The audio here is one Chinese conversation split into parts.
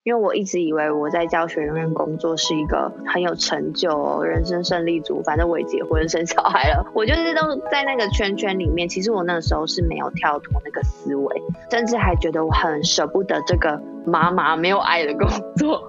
因为我一直以为我在教学院工作是一个很有成就人生胜利组，反正我也结婚生小孩了，我就是都在那个圈圈里面。其实我那个时候是没有跳脱那个思维，甚至还觉得我很舍不得这个妈妈没有爱的工作。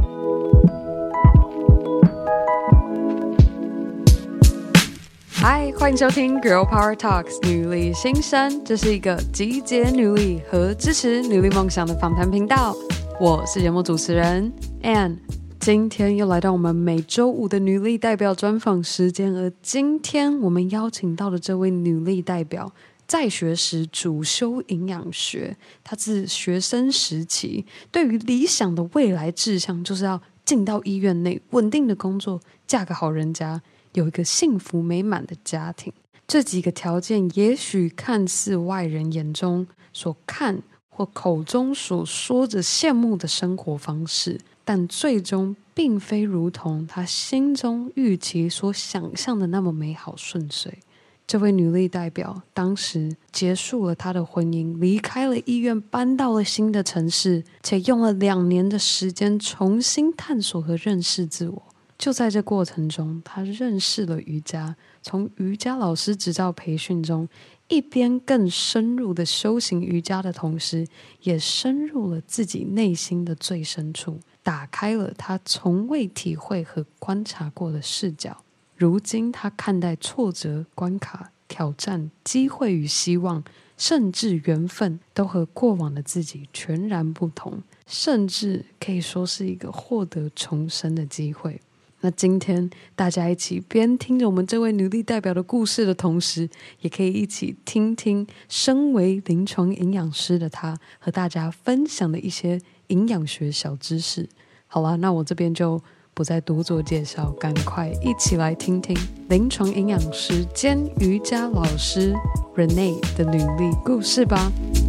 嗨，欢迎收听 Girl Power Talks 女力新生，这是一个集结女力和支持女力梦想的访谈频道。我是节目主持人 Anne， 今天又来到我们每周五的女力代表专访时间，而今天我们邀请到的这位女力代表，在学时主修营养学，她自学生时期对于理想的未来志向就是要进到医院内稳定的工作，嫁个好人家，有一个幸福美满的家庭。这几个条件也许看似外人眼中所看或口中所说着羡慕的生活方式，但最终并非如同他心中预期所想象的那么美好顺遂。这位女力代表当时结束了她的婚姻，离开了医院，搬到了新的城市，且用了2年的时间重新探索和认识自我。就在这过程中，她认识了瑜伽，从瑜伽老师执照培训中，一边更深入的修行瑜伽的同时，也深入了自己内心的最深处，打开了她从未体会和观察过的视角。如今她看待挫折、关卡、挑战、机会与希望，甚至缘分，都和过往的自己全然不同，甚至可以说是一个获得重生的机会。那今天大家一起边听着我们这位女力代表的故事的同时，也可以一起听听身为临床营养师的她和大家分享的一些营养学小知识。好啦，那我这边就不再多做介绍，赶快一起来听听临床营养师兼瑜伽老师 Renee 的女力故事吧。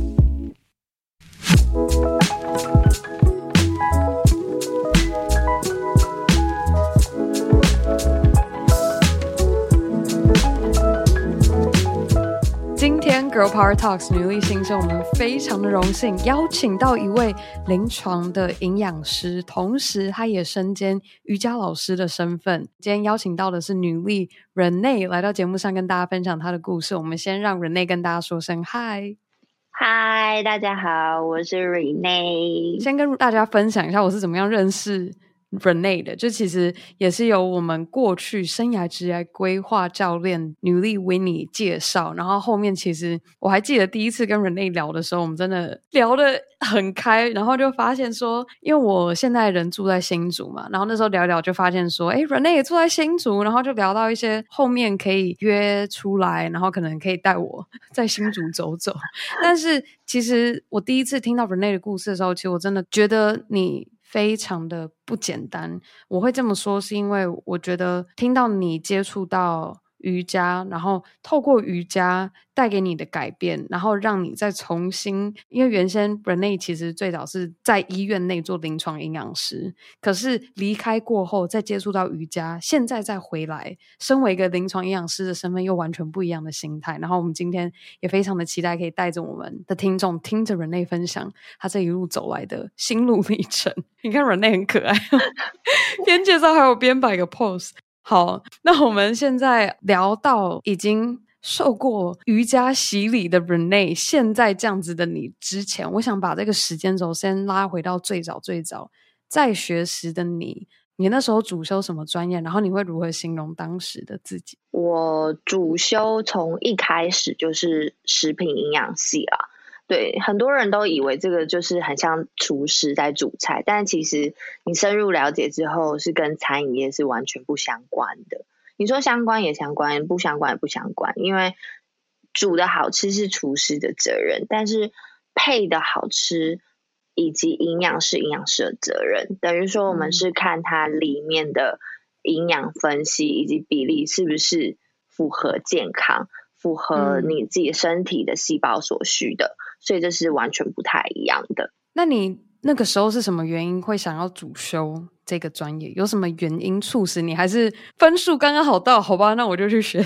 今天 Girl Power Talks 女力新生，我们非常的荣幸邀请到一位临床的营养师，同时她也身兼瑜伽老师的身份。今天邀请到的是女力 Renee 来到节目上跟大家分享她的故事。我们先让 Renee 跟大家说声嗨。 嗨，大家好，我是 Renee。 先跟大家分享一下我是怎么样认识Renee 的，就其实也是由我们过去生涯职业规划教练女力 Winnie 介绍，然后后面其实我还记得第一次跟 Renee 聊的时候，我们真的聊得很开，然后就发现说，因为我现在人住在新竹嘛，然后那时候聊一聊就发现说Renee 也住在新竹，然后就聊到一些后面可以约出来，然后可能可以带我在新竹走走。但是其实我第一次听到 Renee 的故事的时候，其实我真的觉得你非常的不简单。我会这么说是因为我觉得听到你接触到瑜伽，然后透过瑜伽带给你的改变，然后让你再重新，因为原先 Renee 其实最早是在医院内做临床营养师，可是离开过后再接触到瑜伽，现在再回来身为一个临床营养师的身份，又完全不一样的心态。然后我们今天也非常的期待可以带着我们的听众听着 Renee 分享他这一路走来的心路历程。你看 Renee 很可爱边介绍还有边摆个 pose。好，那我们现在聊到已经受过瑜伽洗礼的 Renee 现在这样子的你之前，我想把这个时间轴先拉回到最早在学时的你那时候主修什么专业，然后你会如何形容当时的自己？ 我主修从一开始就是食品营养系啦。对，很多人都以为这个就是很像厨师在煮菜，但其实你深入了解之后，是跟餐饮业是完全不相关的。你说相关也相关，不相关也不相关，因为煮的好吃是厨师的责任，但是配的好吃以及营养是营养师的责任。等于说我们是看它里面的营养分析以及比例是不是符合健康，符合你自己身体的细胞所需的，所以这是完全不太一样的。 那你那个时候是什么原因会想要主修这个专业？有什么原因促使你？还是分数刚刚好到，好吧，那我就去学？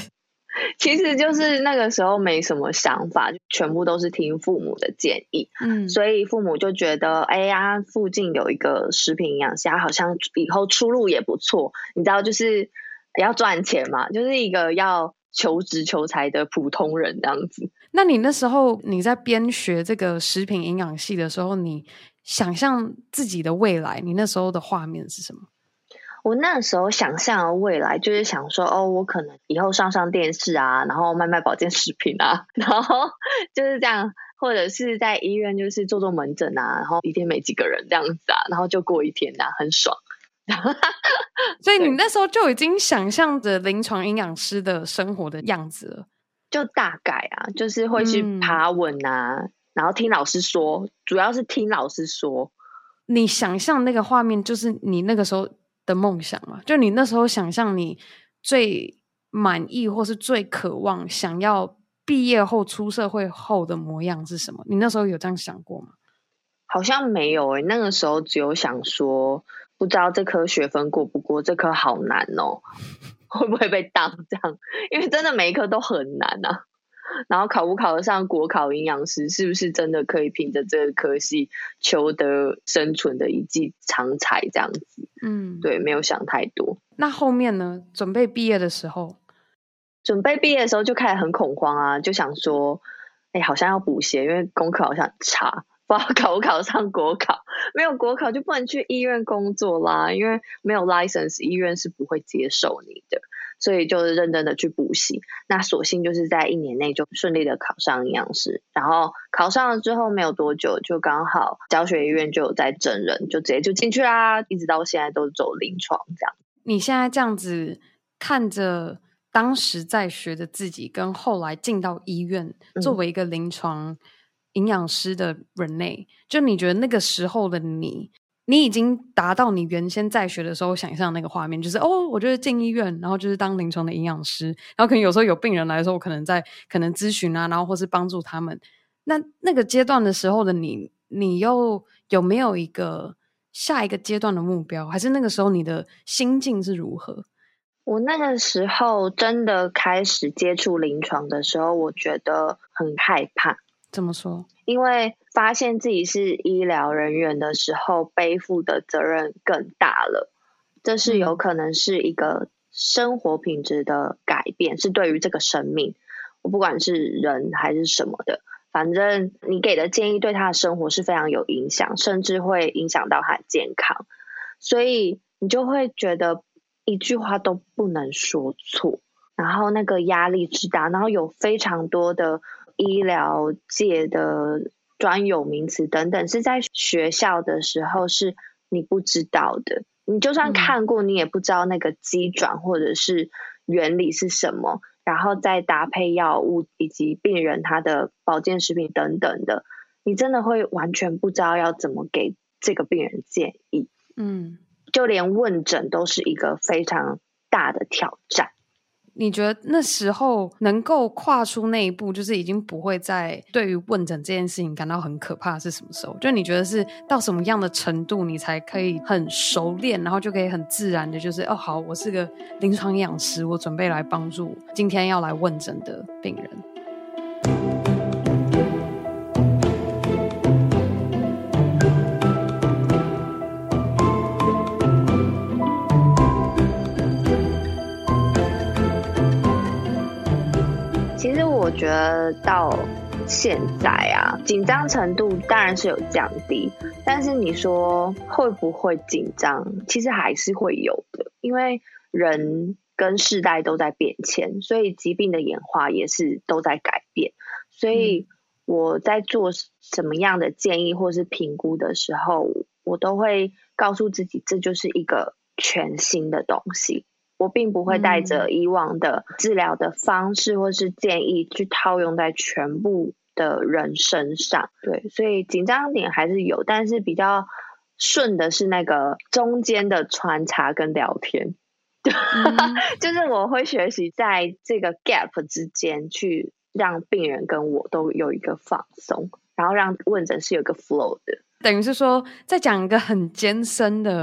其实就是那个时候没什么想法，全部都是听父母的建议。所以父母就觉得哎呀，附近有一个食品营养师，好像以后出路也不错。你知道就是要赚钱嘛，就是一个要求职求财的普通人这样子。 那你那时候你在边学这个食品营养系的时候，你想象自己的未来，你那时候的画面是什么？ 我那时候想象的未来就是想说，哦，我可能以后上电视啊，然后卖保健食品啊，然后就是这样，或者是在医院就是做门诊啊，然后一天没几个人这样子啊，然后就过一天啊，很爽。 所以你那时候就已经想象着临床营养师的生活的样子了？ 就大概啊，就是会去爬文啊，然后听老师说，主要是听老师说。 你想象那个画面就是你那个时候的梦想嘛？就你那时候想象你最满意或是最渴望想要毕业后出社会后的模样是什么？你那时候有这样想过吗？ 好像没有那个时候只有想说，不知道这科学分过不过，这科好难哦，会不会被当这样？因为真的每一科都很难啊。然后考不考得上国考营养师，是不是真的可以凭着这个科系求得生存的一技长才这样子？对，没有想太多。 那后面呢？准备毕业的时候就开始很恐慌啊，就想说，好像要补习，因为功课好像很差，不知道考不考上国考。没有国考就不能去医院工作啦，因为没有 license， 医院是不会接受你的。所以就认真的去补习，那所幸就是在1年内就顺利的考上营养师，然后考上了之后没有多久，就刚好教学医院就有在征人，就直接就进去啦，一直到现在都走临床这样。 你现在这样子看着当时在学的自己跟后来进到医院作为一个临床营养师的Renee，就你觉得那个时候的你已经达到你原先在学的时候想象那个画面，就是我就是进医院，然后就是当临床的营养师，然后可能有时候有病人来的时候，我可能咨询啊，然后或是帮助他们。那个阶段的时候的你又有没有一个下一个阶段的目标，还是那个时候你的心境是如何？ 我那个时候真的开始接触临床的时候，我觉得很害怕。 怎么说？ 因为发现自己是医疗人员的时候，背负的责任更大了。这是有可能是一个生活品质的改变，是对于这个生命，我不管是人还是什么的，反正你给的建议对他的生活是非常有影响，甚至会影响到他的健康。所以你就会觉得一句话都不能说错，然后那个压力之大，然后有非常多的医疗界的专有名词等等，是在学校的时候是你不知道的，你就算看过，你也不知道那个机转或者是原理是什么，然后再搭配药物以及病人他的保健食品等等的，你真的会完全不知道要怎么给这个病人建议。就连问诊都是一个非常大的挑战。 你觉得那时候能够跨出那一步，就是已经不会再对于问诊这件事情感到很可怕，是什么时候？就你觉得是到什么样的程度你才可以很熟练，然后就可以很自然的就是好，我是个临床营养师，我准备来帮助今天要来问诊的病人。 我觉得到现在啊，紧张程度当然是有降低，但是你说会不会紧张，其实还是会有的，因为人跟世代都在变迁，所以疾病的演化也是都在改变，所以我在做什么样的建议或是评估的时候，我都会告诉自己这就是一个全新的东西，我并不会带着以往的治疗的方式或是建议去套用在全部的人身上。对，所以紧张点还是有，但是比较顺的是那个中间的穿插跟聊天。就是我会学习在这个 gap 之间去让病人跟我都有一个放松，然后让问诊是有一个 flow 的。 等于是说在讲一个很艰深的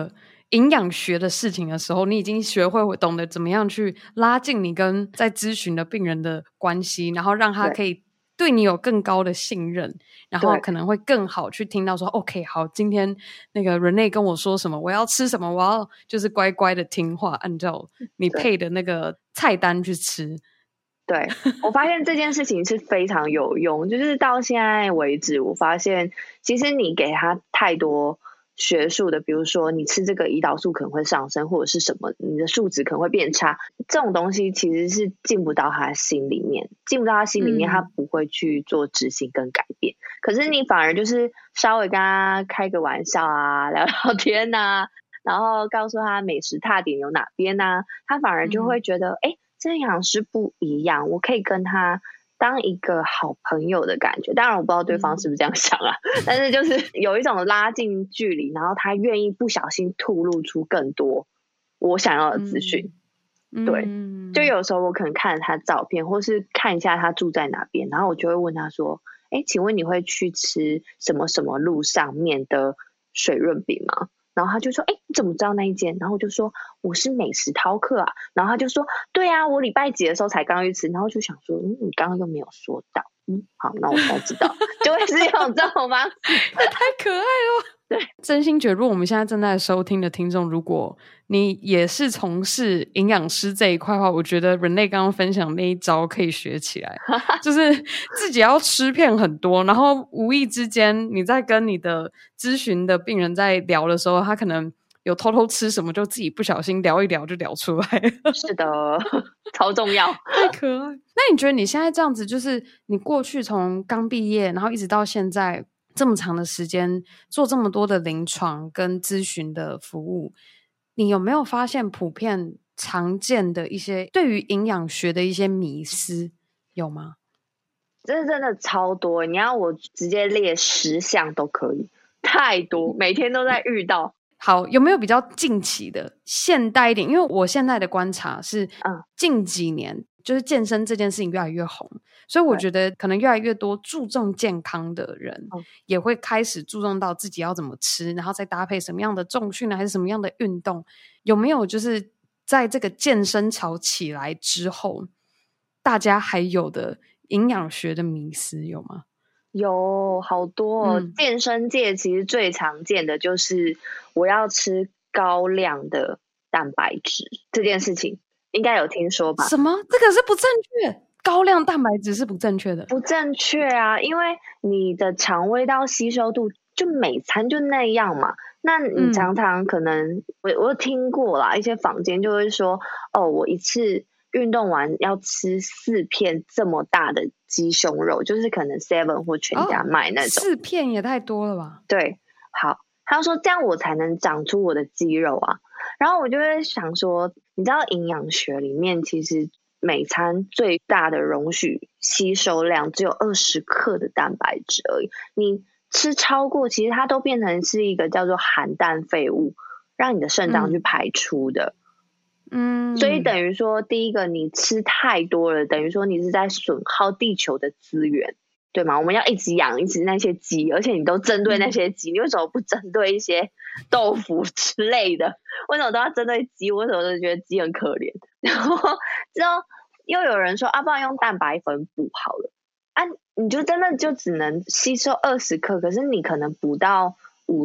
营养学的事情的时候，你已经学会懂得怎么样去拉近你跟在咨询的病人的关系，然后让他可以对你有更高的信任，然后可能会更好去听到说 OK 好，今天那个 Renee 跟我说什么，我要吃什么，我要就是乖乖的听话，按照你配的那个菜单去吃。 对，我发现这件事情是非常有用，就是到现在为止，我发现其实你给他太多学术的，比如说你吃这个胰岛素可能会上升，或者是什么你的数值可能会变差，这种东西其实是进不到他心里面，他不会去做执行跟改变。可是你反而就是稍微跟他开个玩笑啊，聊聊天啊，然后告诉他美食踏点有哪边啊，他反而就会觉得这营养师不一样，我可以跟他当一个好朋友的感觉。当然我不知道对方是不是这样想啊，但是就是有一种拉近距离，然后他愿意不小心吐露出更多我想要的资讯。对，就有时候我可能看了他照片，或是看一下他住在哪边，然后我就会问他说请问你会去吃什么什么路上面的水润饼吗？然后他就说你怎么知道那一间？然后我就说我是美食饕客啊。然后他就说对啊，我礼拜几的时候才刚去吃。然后就想说你刚刚又没有说到。好，那我才知道就会是用这种方式。 太可爱了。 对， 真心觉得如果我们现在正在收听的听众，如果你也是从事营养师这一块的话，我觉得 Renee 刚刚分享那一招可以学起来。就是自己要吃遍很多，然后无意之间你在跟你的咨询的病人在聊的时候，他可能有偷偷吃什么，就自己不小心聊一聊就聊出来了。 是的，超重要。 太可爱。那你觉得你现在这样子，就是你过去从刚毕业然后一直到现在这么长的时间做这么多的临床跟咨询的服务，你有没有发现普遍常见的一些对于营养学的一些迷思，有吗？ 真的超多，你要我直接列10项都可以，太多，每天都在遇到。 好，有没有比较近期的现代一点？因为我现在的观察是近几年就是健身这件事情越来越红，所以我觉得可能越来越多注重健康的人也会开始注重到自己要怎么吃，然后再搭配什么样的重训还是什么样的运动。有没有就是在这个健身潮起来之后，大家还有的营养学的迷思有吗？ 有好多健身界其实最常见的就是我要吃高量的蛋白质，这件事情应该有听说吧？ 什么？这个是不正确？高量蛋白质是不正确的？ 不正确啊，因为你的肠胃道吸收度就每餐就那样嘛。那你常常可能我有听过啦，一些坊间就会说我一次运动完要吃4片这么大的鸡胸肉，就是可能 Seven 或全家卖那种。 4片也太多了吧？ 对，好，他说这样我才能长出我的肌肉啊。然后我就会想说，你知道营养学里面其实每餐最大的容许吸收量只有20克的蛋白质而已，你吃超过其实它都变成是一个叫做含氮废物，让你的肾脏去排出的。所以等于说第一个你吃太多了，等于说你是在损耗地球的资源，对吗？我们要一直养一直那些鸡，而且你都针对那些鸡，你为什么不针对一些豆腐之类的？为什么都要针对鸡？为什么都觉得鸡很可怜？然后之后又有人说不然用蛋白粉补好了啊，你就真的就只能吸收20克，可是你可能补到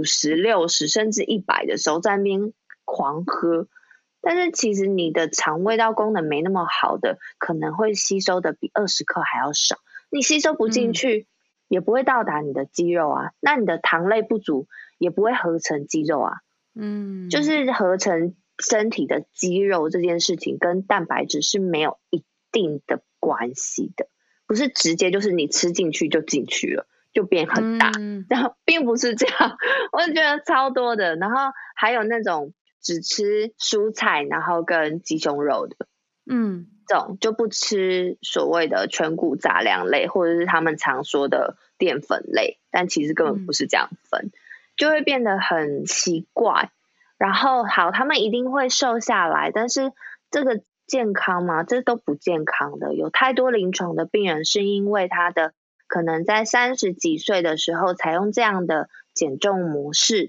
50、60甚至100的时候在那边狂喝，但是其实你的肠胃道功能没那么好的，可能会吸收的比20克还要少，你吸收不进去，也不会到达你的肌肉啊，那你的糖类不足也不会合成肌肉啊。就是合成身体的肌肉这件事情跟蛋白质是没有一定的关系的，不是直接就是你吃进去就进去了就变很大，然后并不是这样。我就觉得超多的，然后还有那种只吃蔬菜然后跟鸡胸肉的这种就不吃所谓的全谷杂粮类或者是他们常说的淀粉类，但其实根本不是这样分，就会变得很奇怪。然后好，他们一定会瘦下来，但是这个健康吗？这都不健康的。有太多临床的病人是因为他的可能在30几岁的时候采用这样的减重模式，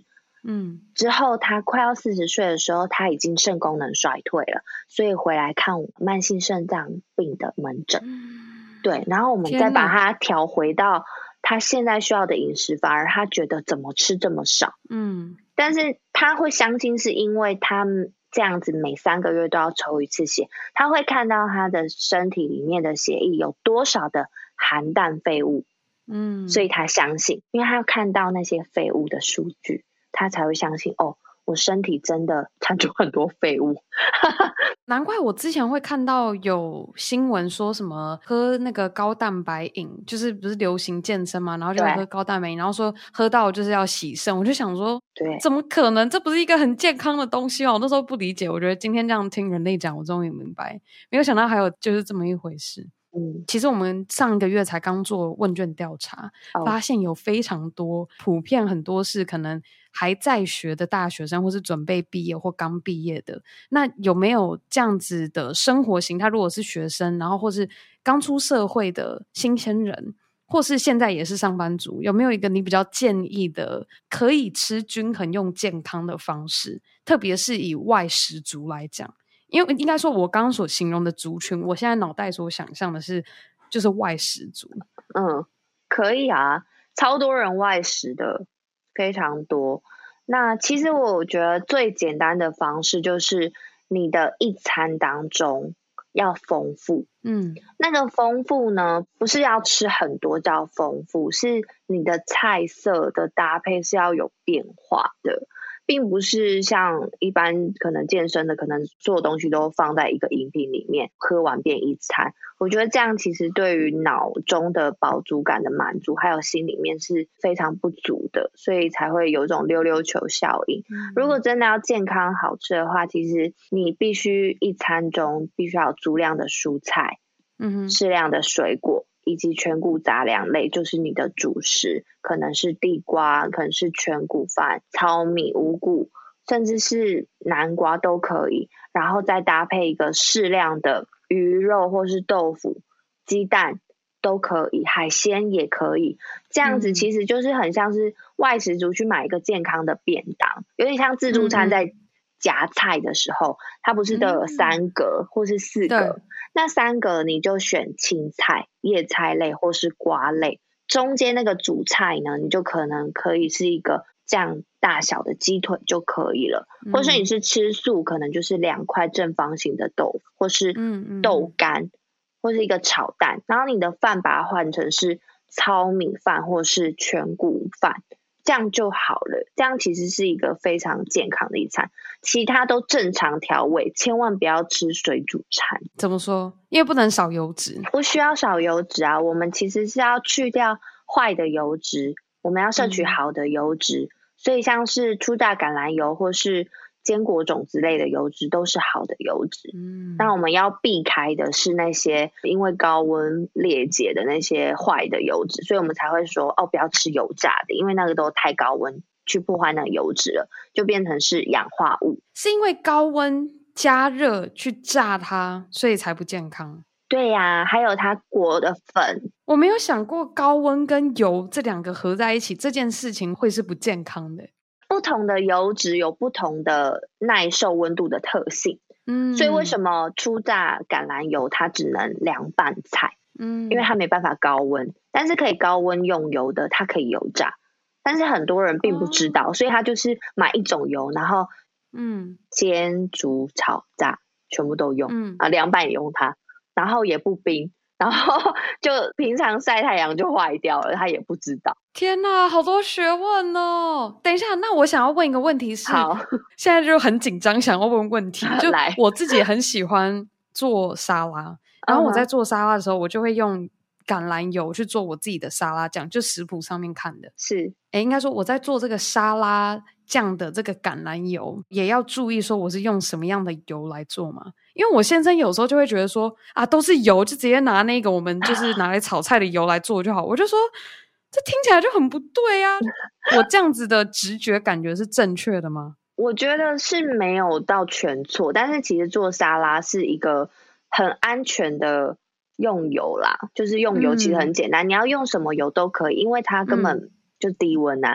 之后他快要40岁的时候，他已经肾功能衰退了，所以回来看慢性肾脏病的门诊。对，然后我们再把他调回到他现在需要的饮食，反而他觉得怎么吃这么少。但是他会相信是因为他这样子每3个月都要抽一次血，他会看到他的身体里面的血液有多少的含氮废物，所以他相信，因为他要看到那些废物的数据，他才会相信哦，我身体真的产出很多废物。 难怪我之前会看到有新闻说什么喝那个高蛋白饮，就是不是流行健身嘛，然后就喝高蛋白饮，然后说喝到就是要洗肾。我就想说，对，怎么可能？这不是一个很健康的东西哦。我那时候不理解，我觉得今天这样听人类讲，我终于明白，没有想到还有就是这么一回事。其实我们上个月才刚做问卷调查，发现有非常多普遍很多是可能还在学的大学生，或是准备毕业或刚毕业的。那有没有这样子的生活形态？如果是学生，然后或是刚出社会的新鲜人，或是现在也是上班族，有没有一个你比较建议的可以吃均衡用健康的方式？特别是以外食族来讲，因为应该说我刚刚所形容的族群，我现在脑袋所想象的是就是外食族。 可以啊，超多人外食的，非常多。那其实我觉得最简单的方式就是你的一餐当中要丰富。那个丰富呢，不是要吃很多叫丰富，是你的菜色的搭配是要有变化的，并不是像一般可能健身的，可能所有东西都放在一个饮品里面，喝完变一餐。我觉得这样其实对于脑中的饱足感的满足，还有心里面是非常不足的，所以才会有一种溜溜球效应。如果真的要健康好吃的话，其实你必须一餐中必须要有足量的蔬菜，适量的水果，以及全谷杂粮类，就是你的主食，可能是地瓜，可能是全谷饭、糙米、五谷，甚至是南瓜都可以，然后再搭配一个适量的鱼肉或是豆腐、鸡蛋都可以，海鲜也可以。这样子其实就是很像是外食族去买一个健康的便当，有点像自助餐在夹菜的时候，它不是都有3格或是4格，那3格你就选青菜、叶菜类或是瓜类，中间那个主菜呢，你就可能可以是一个这样大小的鸡腿就可以了，或是你是吃素，可能就是2块正方形的豆腐，或是豆干，或是一个炒蛋，然后你的饭把它换成是糙米饭或是全谷饭，这样就好了。这样其实是一个非常健康的一餐，其他都正常调味，千万不要吃水煮餐。 怎么说？因为不能少油脂。 不需要少油脂啊，我们其实是要去掉坏的油脂，我们要摄取好的油脂，所以像是初榨橄榄油或是坚果种子类的油脂都是好的油脂。那我们要避开的是那些因为高温裂解的那些坏的油脂，所以我们才会说不要吃油炸的，因为那个都太高温去破坏那个油脂了，就变成是氧化物。 是因为高温加热去炸它，所以才不健康。 对呀，还有它裹的粉。 我没有想过高温跟油这2个合在一起，这件事情会是不健康的。 不同的油脂有不同的耐受温度的特性，所以为什么初榨橄榄油它只能凉拌菜？因为它没办法高温，但是可以高温用油的，它可以油炸。但是很多人并不知道，所以他就是买一种油，然后煎、煮、炒、炸全部都用，凉拌也用它，然后也不冰，然后就平常晒太阳就坏掉了，他也不知道。 天哪，好多学问哦！等一下，那我想要问一个问题是， 好， 现在就很紧张，想要问问题。就我自己也很喜欢做沙拉，然后我在做沙拉的时候，我就会用橄榄油去做我自己的沙拉酱，就食谱上面看的。 是， 应该说我在做这个沙拉酱的这个橄榄油，也要注意说我是用什么样的油来做嘛？因为我先生有时候就会觉得说都是油，就直接拿那个我们就是拿来炒菜的油来做就好。我就说这听起来就很不对啊！我这样子的直觉感觉是正确的吗？ 我觉得是没有到全错，但是其实做沙拉是一个很安全的用油啦，就是用油其实很简单，你要用什么油都可以，因为它根本就低温啊。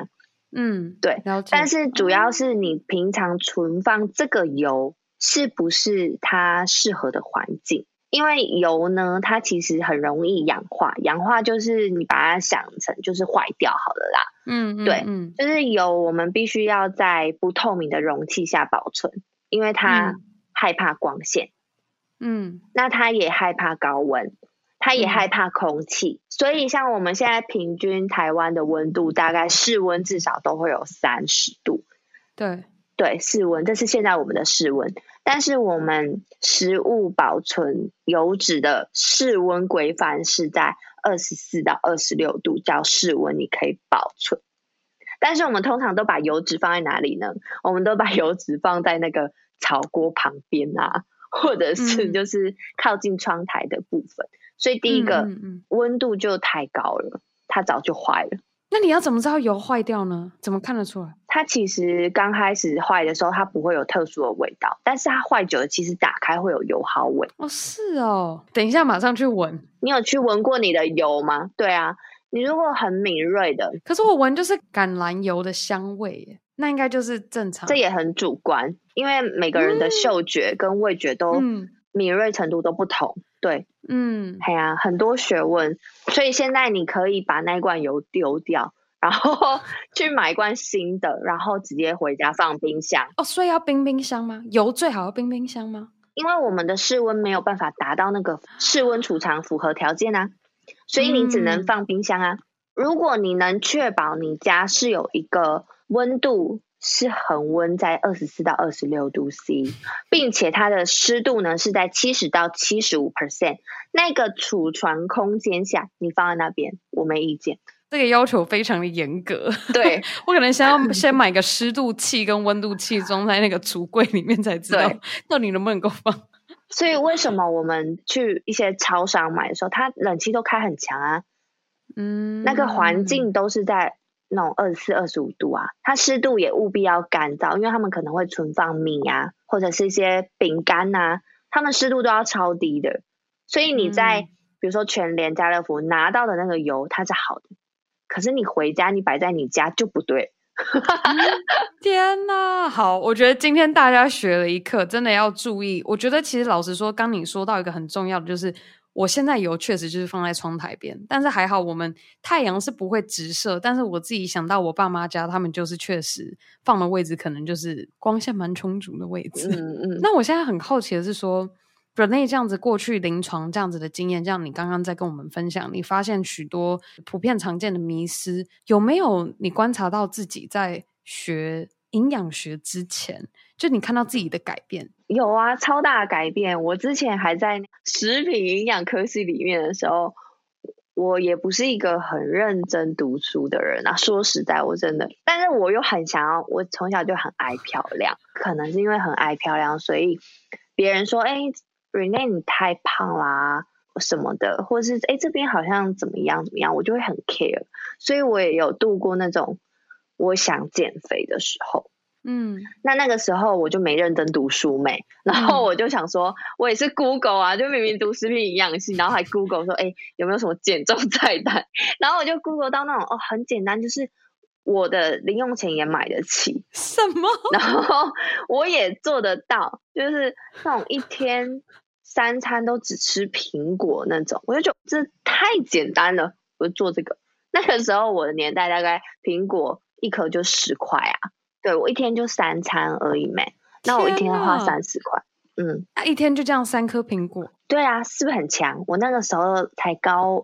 对， 了解。 但是主要是你平常存放这个油是不是它适合的环境？因为油呢，它其实很容易氧化，氧化就是你把它想成就是坏掉好了啦。对，就是油我们必须要在不透明的容器下保存，因为它害怕光线。那它也害怕高温，它也害怕空气，所以像我们现在平均台湾的温度大概室温至少都会有30度。对，室温，这是现在我们的室温。但是我们食物保存油脂的室温规范是在24到26度，叫室温，你可以保存。但是我们通常都把油脂放在哪里呢？我们都把油脂放在那个炒锅旁边啊，或者是就是靠近窗台的部分。所以第一个温度就太高了，它早就坏了。 那你要怎么知道油坏掉呢？怎么看得出来？ 它其实刚开始坏的时候，它不会有特殊的味道，但是它坏久了，其实打开会有油耗味。 是哦，等一下马上去闻。 你有去闻过你的油吗？对啊，你如果很敏锐的， 可是我闻就是橄榄油的香味耶，那应该就是正常。 这也很主观，因为每个人的嗅觉跟味觉都敏锐程度都不同。对，很多学问，所以现在你可以把那罐油丢掉，然后去买一罐新的，然后直接回家放冰箱。 所以要冰箱吗？油最好要冰箱吗？ 因为我们的室温没有办法达到那个室温储藏符合条件啊，所以你只能放冰箱啊。如果你能确保你家是有一个温度是恒温在24到26度 C， 并且它的湿度呢是在70到75%， 那个储存空间下你放在那边我没意见。 这个要求非常的严格。 对， 我可能先买个湿度计跟温度计装在那个橱柜里面才知道到底能不能够放。 所以为什么我们去一些超商买的时候它冷气都开很强啊，那个环境都是在那种24、25度啊，它湿度也务必要干燥，因为他们可能会存放米啊，或者是一些饼干啊，他们湿度都要超低的。所以你在比如说全联、家乐福拿到的那个油它是好的，可是你回家你摆在你家就不对。 天哪，好，我觉得今天大家学了一课，真的要注意。我觉得其实老实说，刚你说到一个很重要的，就是我现在油确实就是放在窗台边，但是还好我们太阳是不会直射，但是我自己想到我爸妈家，他们就是确实放的位置可能就是光线蛮充足的位置。那我现在很好奇的是说Renee 这样子过去临床这样子的经验，这样你刚刚在跟我们分享，你发现许多普遍常见的迷思，有没有你观察到自己在学营养学之前，就你看到自己的改变？ 有啊，超大的改变。我之前还在食品营养科系里面的时候，我也不是一个很认真读书的人啊，说实在我真的，但是我又很想要，我从小就很爱漂亮，可能是因为很爱漂亮，所以别人说Renee 你太胖啦什么的，或者是这边好像怎么样，我就会很 care， 所以我也有度过那种我想减肥的时候。那个时候我就没认真读书然后我就想说我也是 Google 啊，就明明读食品营养系，然后还 Google 说有没有什么减重菜单，然后我就 Google 到那种很简单，就是我的零用钱也买得起什么， 然后我也做得到，就是那种一天3餐都只吃苹果那种，我就觉得这太简单了，我就做这个。那个时候我的年代大概苹果一颗就10块啊，对，我一天就3餐而已那我一天要花30块。 一天就这样3颗苹果？ 对啊，是不是很强？我那个时候才高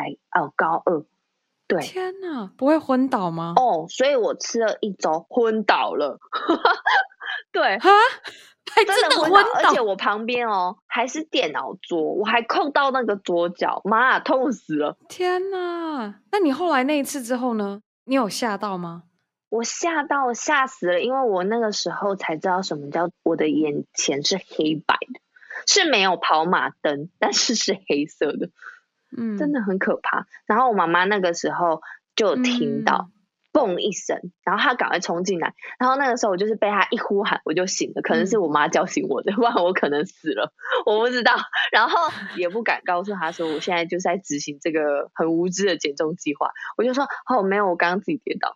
2高2。对， 天哪，不会昏倒吗？ 所以我吃了1周昏倒了。对， 还真的昏倒， 而且我旁边还是电脑桌，我还控到那个桌角，妈，痛死了！ 天哪！那你后来那一次之后呢？你有吓到吗？ 我吓死了，因为我那个时候才知道什么叫我的眼前是黑白的，是没有跑马灯，但是是黑色的，真的很可怕。然后我妈妈那个时候就听到嘣一声，然后她赶快冲进来，然后那个时候我就是被她一呼喊我就醒了，可能是我妈叫醒我的，不然我可能死了，我不知道。然后也不敢告诉她说我现在就是在执行这个很无知的减重计划，我就说没有，我刚刚自己跌倒。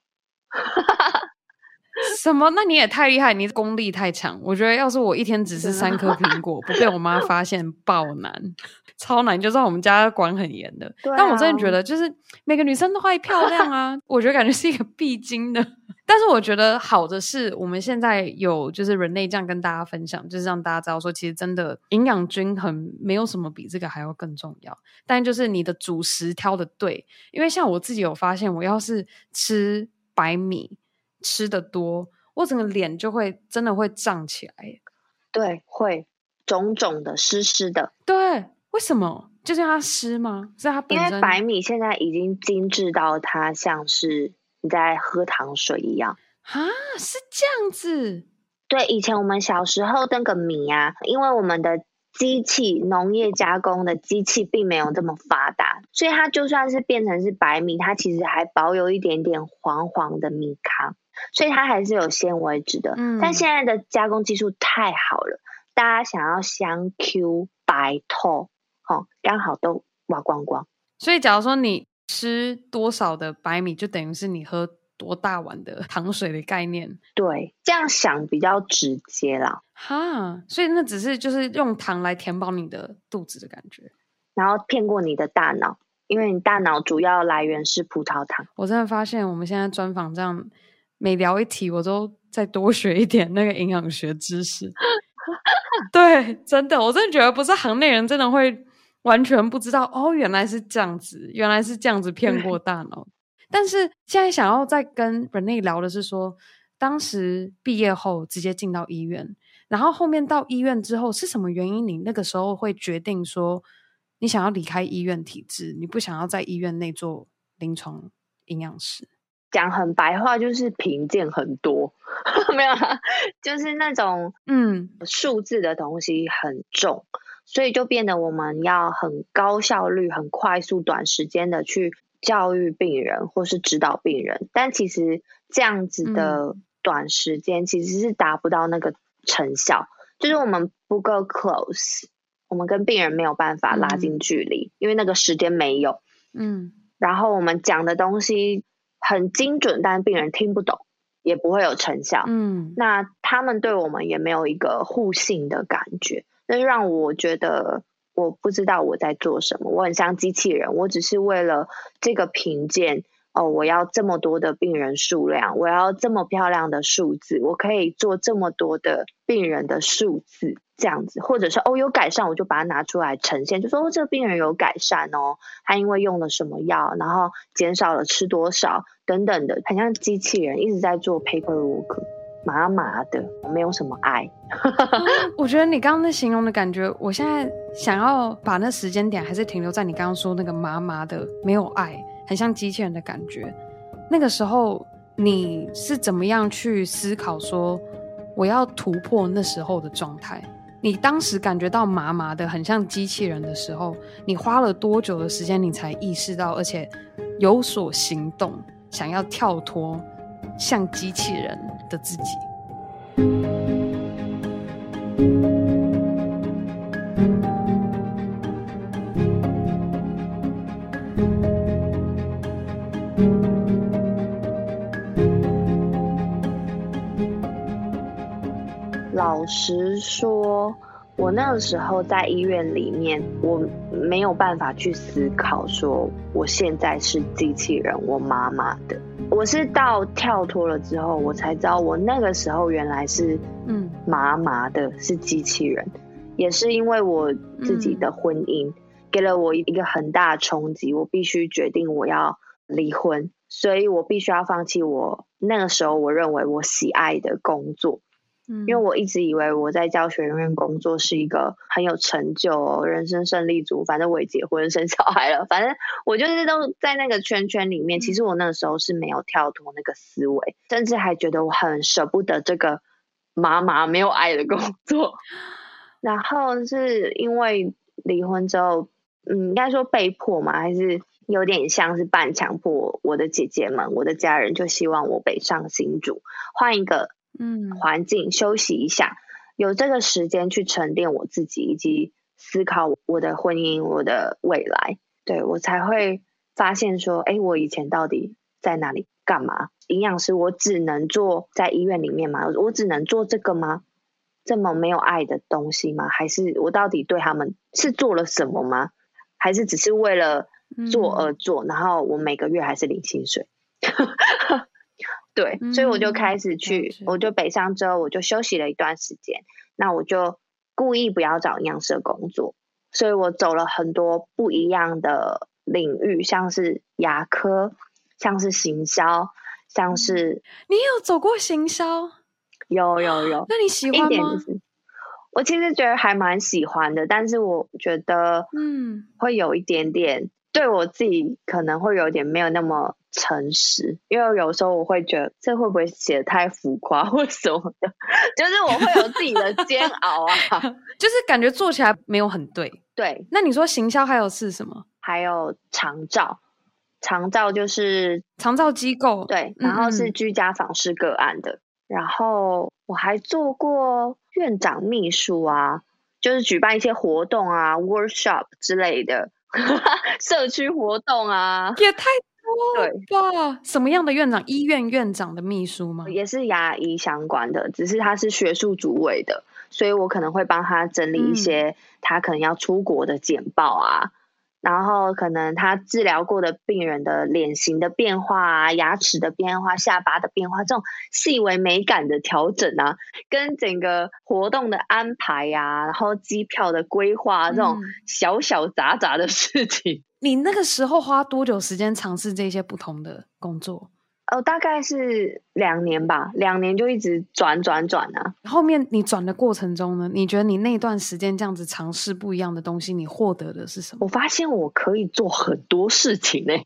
什么？那你也太厉害，你功力太强。我觉得要是我一天只吃3颗苹果，不被我妈发现，爆难，超难。就知道我们家管很严的。 对啊， 但我真的觉得，就是每个女生都爱漂亮啊，我觉得感觉是一个必经的。但是我觉得好的是，我们现在有就是人类这样跟大家分享，就是让大家知道说，其实真的营养均衡没有什么比这个还要更重要。但就是你的主食挑的对，因为像我自己有发现，我要是吃白米吃的多，我整个脸就会真的会胀起来。 对，会肿肿的湿湿的。 对，为什么？就是它湿吗？是它本身？ 因为白米现在已经精致到它像是你在喝糖水一样啊，是这样子。 对，以前我们小时候那个米啊，因为我们的机器农业加工的机器并没有这么发达，所以它就算是变成是白米，它其实还保有一点点黄黄的米糠，所以它还是有纤维质的。但现在的加工技术太好了，大家想要香 Q 白透，刚好都挖光光。 所以假如说你吃多少的白米，就等于是你喝多大碗的糖水的概念。 对，这样想比较直接啦。 哈，所以那只是就是用糖来填饱你的肚子的感觉， 然后骗过你的大脑，因为你大脑主要来源是葡萄糖。 我真的发现我们现在专访这样每聊一题，我都再多学一点那个营养学知识。对，真的，我真的觉得不是行内人真的会完全不知道哦，原来是这样子，原来是这样子骗过大脑。但是现在想要再跟 Renee 聊的是说，当时毕业后直接进到医院，然后后面到医院之后是什么原因你那个时候会决定说你想要离开医院体制，你不想要在医院内做临床营养师？ 讲很白话就是评鉴很多没有啦，就是那种数字的东西很重，所以就变得我们要很高效率很快速短时间的去教育病人或是指导病人，但其实这样子的短时间其实是达不到那个成效，就是我们不够 close， 我们跟病人没有办法拉近距离，因为那个时间没有。然后我们讲的东西很精准，但病人听不懂，也不会有成效。那他们对我们也没有一个互信的感觉，那就让我觉得我不知道我在做什么，我很像机器人，我只是为了这个评鉴我要这么多的病人数量，我要这么漂亮的数字，我可以做这么多的病人的数字这样子，或者是有改善我就把它拿出来呈现，就说这个病人有改善哦，他因为用了什么药，然后减少了吃多少等等的，很像机器人一直在做 paperwork， 麻麻的，没有什么爱。 我觉得你刚刚那形容的感觉，我现在想要把那时间点还是停留在你刚刚说那个麻麻的没有爱，很像机器人的感觉。那个时候你是怎么样去思考说我要突破那时候的状态？你当时感觉到麻麻的很像机器人的时候，你花了多久的时间你才意识到，而且有所行动，想要跳脱像机器人的自己？ 老实说，我那个时候在医院里面，我没有办法去思考说我现在是机器人，我麻麻的。我是到跳脱了之后，我才知道我那个时候原来是麻麻的，是机器人。也是因为我自己的婚姻给了我一个很大的冲击，我必须决定我要离婚，所以我必须要放弃我那个时候我认为我喜爱的工作。因为我一直以为我在教学院工作是一个很有成就人生胜利组，反正我也结婚生小孩了，反正我就是都在那个圈圈里面。其实我那个时候是没有跳脱那个思维，甚至还觉得我很舍不得这个麻麻没有爱的工作。然后是因为离婚之后应该说被迫嘛，还是有点像是半强迫，我的姐姐们我的家人就希望我北上新竹换一个环境休息一下，有这个时间去沉淀我自己，以及思考我的婚姻我的未来。对，我才会发现说我以前到底在哪里干嘛， 营养师我只能做在医院里面吗？我只能做这个吗？这么没有爱的东西吗？还是我到底对他们是做了什么吗？还是只是为了做而做，然后我每个月还是领薪水？对，所以我就开始去，我就北上之后我就休息了一段时间，那我就故意不要找营养师的工作，所以我走了很多不一样的领域，像是牙科，像是行销，像是你有走过行销？ 有， 那你喜欢吗？ 我其实觉得还蛮喜欢的，但是我觉得会有一点点对我自己可能会有点没有那么诚实，因为有时候我会觉得这会不会写得太浮夸或什么的，就是我会有自己的煎熬啊就是感觉做起来没有很对。 对， 那你说行销还有是什么？ 还有长照就是长照机构， 对，然后是居家访视个案的，然后我还做过院长秘书啊，就是举办一些活动啊 workshop 之类的社区活动啊， 也太多了吧？什么样的院长？医院院长的秘书吗？ 也是牙医相关的，只是他是学术主委的，所以我可能会帮他整理一些他可能要出国的简报啊，然后可能他治疗过的病人的脸型的变化啊，牙齿的变化，下巴的变化，这种细微美感的调整啊，跟整个活动的安排啊，然后机票的规划，这种小小杂杂的事情。 你那个时候花多久时间尝试这些不同的工作？ 大概是2年吧，2年就一直转啊。 后面你转的过程中呢，你觉得你那段时间这样子尝试不一样的东西，你获得的是什么？ 我发现我可以做很多事情欸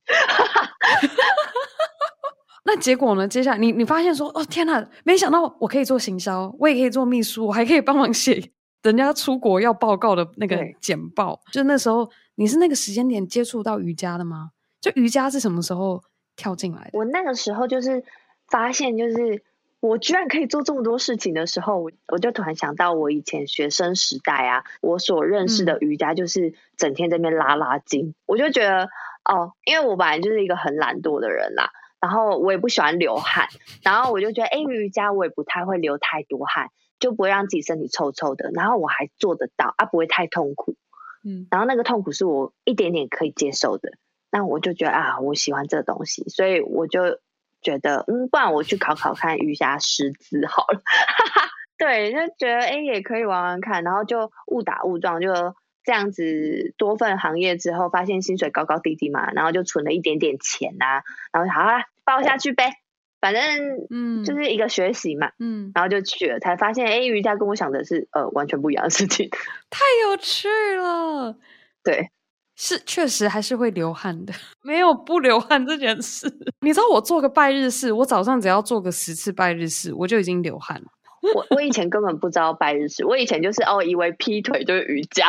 那结果呢？接下来你发现说，哦天哪，没想到我可以做行销，我也可以做秘书，我还可以帮忙写人家出国要报告的那个简报。就那时候你是那个时间点接触到瑜伽的吗？就瑜伽是什么时候跳进来的？ 我那个时候就是发现，就是我居然可以做这么多事情的时候，我就突然想到我以前学生时代啊，我所认识的瑜伽就是整天在那边拉筋，我就觉得因为我本来就是一个很懒惰的人啦，然后我也不喜欢流汗，然后我就觉得瑜伽我也不太会流太多汗，就不会让自己身体臭臭的，然后我还做得到不会太痛苦，然后那个痛苦是我一点点可以接受的。那我就觉得我喜欢这个东西，所以我就觉得不然我去考看瑜伽师资好了对，就觉得也可以玩玩看，然后就误打误撞就这样子多份行业之后，发现薪水高高低低嘛，然后就存了一点点钱啊，然后好报下去呗，反正就是一个学习嘛，然后就去了，才发现瑜伽跟我想的是完全不一样的事情， 太有趣了。 对， 是确实还是会流汗的，没有不流汗这件事。你知道我做个拜日式，我早上只要做个10次拜日式，我就已经流汗了。 我以前根本不知道拜日式，我以前就是以为劈腿就是瑜伽。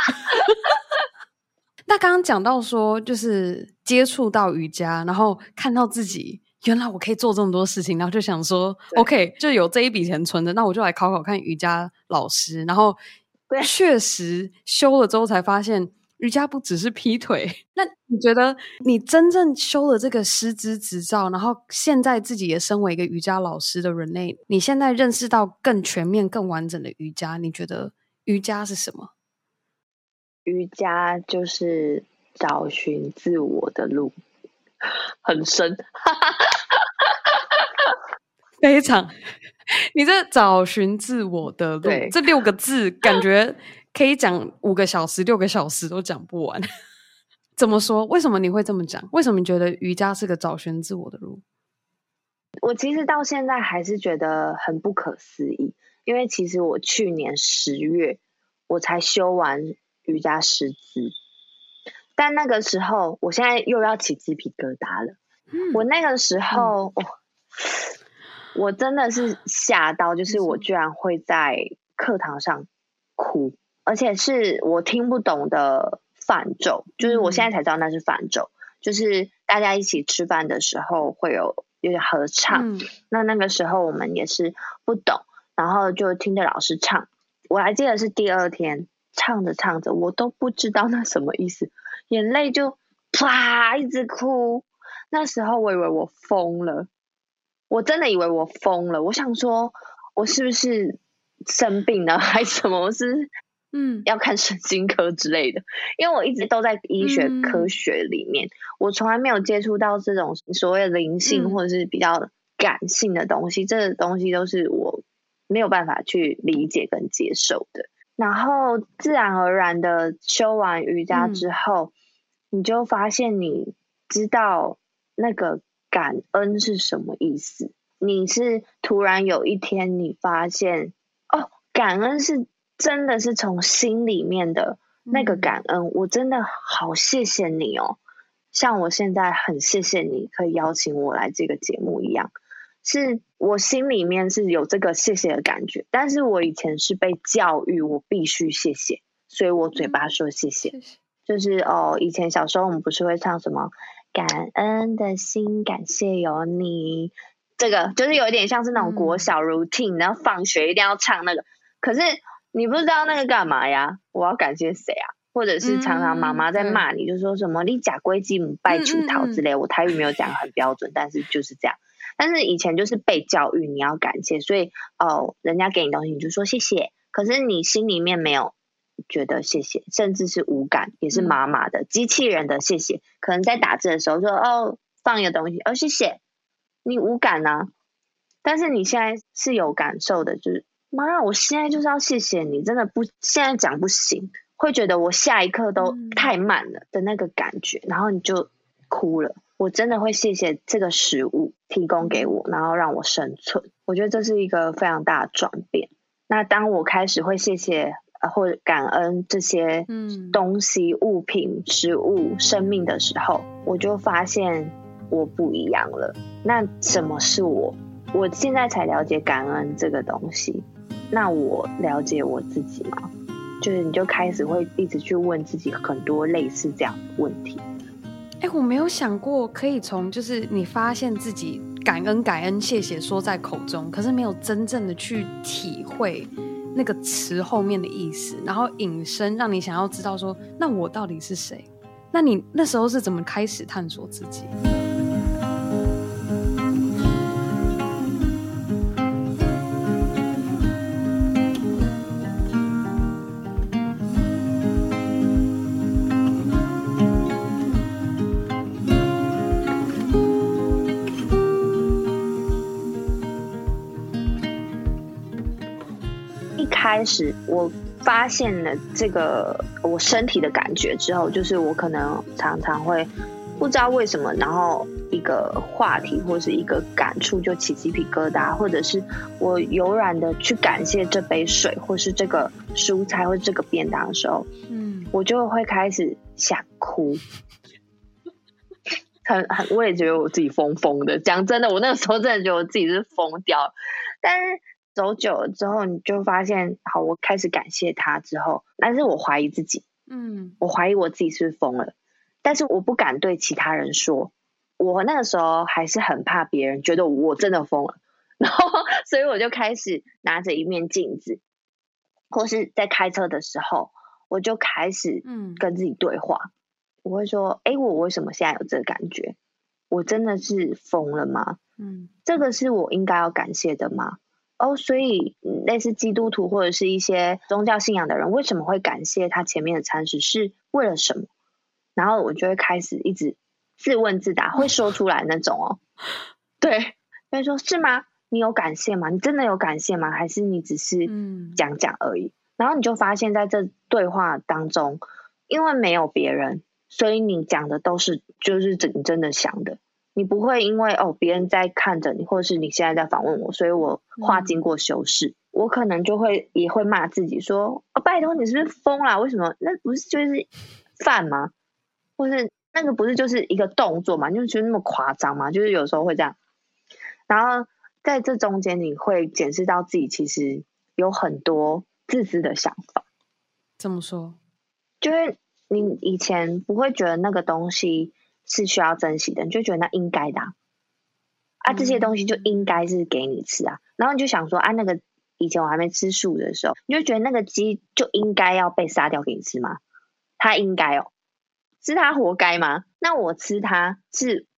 那刚刚讲到说，就是接触到瑜伽，然后看到自己原来我可以做这么多事情，然后就想说 OK 就有这一笔钱存着，那我就来考看瑜伽老师，然后确实修了之后才发现瑜伽不只是劈腿。那你觉得你真正修了这个师资执照，然后现在自己也身为一个瑜伽老师的Renee，你现在认识到更全面更完整的瑜伽，你觉得瑜伽是什么？ 瑜伽就是找寻自我的路，很深非常你这找寻自我的路，这6个字感觉可以讲5个小时6个小时都讲不完怎么说？为什么你会这么讲？为什么你觉得瑜伽是个找寻自我的路？ 我其实到现在还是觉得很不可思议，因为其实我去年10月我才修完瑜伽师资，但那个时候我现在又要起鸡皮疙瘩了。我那个时候我真的是吓到，就是我居然会在课堂上哭，而且是我听不懂的梵咒，就是我现在才知道那是梵咒，就是大家一起吃饭的时候会有点合唱，那个时候我们也是不懂，然后就听着老师唱，我还记得是第2天唱着唱着我都不知道那什么意思，眼泪就啪一直哭，那时候我以为我疯了， 我真的以为我疯了，我想说我是不是生病了还是什么，我是要看神经科之类的，因为我一直都在医学科学里面，我从来没有接触到这种所谓的灵性或者是比较感性的东西，这个东西都是我没有办法去理解跟接受的。然后自然而然的修完瑜伽之后，你就发现你知道那个感恩是什么意思。你是突然有一天你发现，哦，感恩是真的是从心里面的那个感恩，我真的好谢谢你哦，像我现在很谢谢你可以邀请我来这个节目一样，是我心里面是有这个谢谢的感觉，但是我以前是被教育我必须谢谢，所以我嘴巴说谢谢，就是以前小时候我们不是会唱什么感恩的心感谢有你，这个就是有一点像是那种国小 routine，然后放学一定要唱那个，可是你不知道那个干嘛呀，我要感谢谁啊，或者是常常妈妈在骂你，就说什么你假龟鸡母拜主桃之类，我台语没有讲很标准，但是就是这样。但是以前就是被教育你要感谢，所以人家给你东西你就说谢谢，可是你心里面没有觉得谢谢，甚至是无感，也是麻麻的，机器人的谢谢，可能在打字的时候说放一个东西谢谢，你无感啊，但是你现在是有感受的，就是妈，我现在就是要谢谢你，真的不现在讲不行，会觉得我下一刻都太慢了的那个感觉，然后你就哭了。我真的会谢谢这个食物提供给我，然后让我生存，我觉得这是一个非常大的转变。那当我开始会谢谢或者感恩这些东西、物品、食物、生命的时候，我就发现我不一样了。那什么是我？我现在才了解感恩这个东西。那我了解我自己吗？就是你就开始会一直去问自己很多类似这样的问题。 我没有想过可以从就是你发现自己感恩谢谢说在口中，可是没有真正的去体会那个词后面的意思，然后引申让你想要知道说那我到底是谁。那你那时候是怎么开始探索自己？ 开始我发现了这个我身体的感觉之后，就是我可能常常会不知道为什么，然后一个话题或是一个感触就起鸡皮疙瘩，或者是我悠然的去感谢这杯水或是这个蔬菜或是这个便当的时候，我就会开始想哭。我也觉得我自己疯疯的，讲真的，我那个时候真的觉得我自己是疯掉，但是走久了之后，你就发现，好，我开始感谢他之后，但是我怀疑自己，我怀疑我自己是不是疯了，但是我不敢对其他人说，我那个时候还是很怕别人觉得我真的疯了，然后所以我就开始拿着一面镜子，或是在开车的时候，我就开始跟自己对话，我会说，我为什么现在有这个感觉？我真的是疯了吗？这个是我应该要感谢的吗？所以类似基督徒或者是一些宗教信仰的人为什么会感谢他前面的餐食是为了什么？然后我就会开始一直自问自答，会说出来那种对，所以说是吗？你有感谢吗？你真的有感谢吗？还是你只是讲讲而已？然后你就发现在这对话当中，因为没有别人，所以你讲的都是就是你真的想的，你不会因为别人在看着你，或者是你现在在访问我，所以我话经过修饰，我可能也会骂自己说，拜托你是不是疯啦？为什么那不是就是饭吗？或是那个不是就是一个动作嘛？你就觉得那么夸张吗？就是有时候会这样，然后在这中间你会检视到自己其实有很多自私的想法。 怎么说？ 就是你以前不会觉得那个东西是需要珍惜的，你就觉得那应该的这些东西就应该是给你吃然后你就想说那个以前我还没吃素的时候，你就觉得那个鸡就应该要被杀掉给你吃吗？它应该是它活该吗？那我吃它是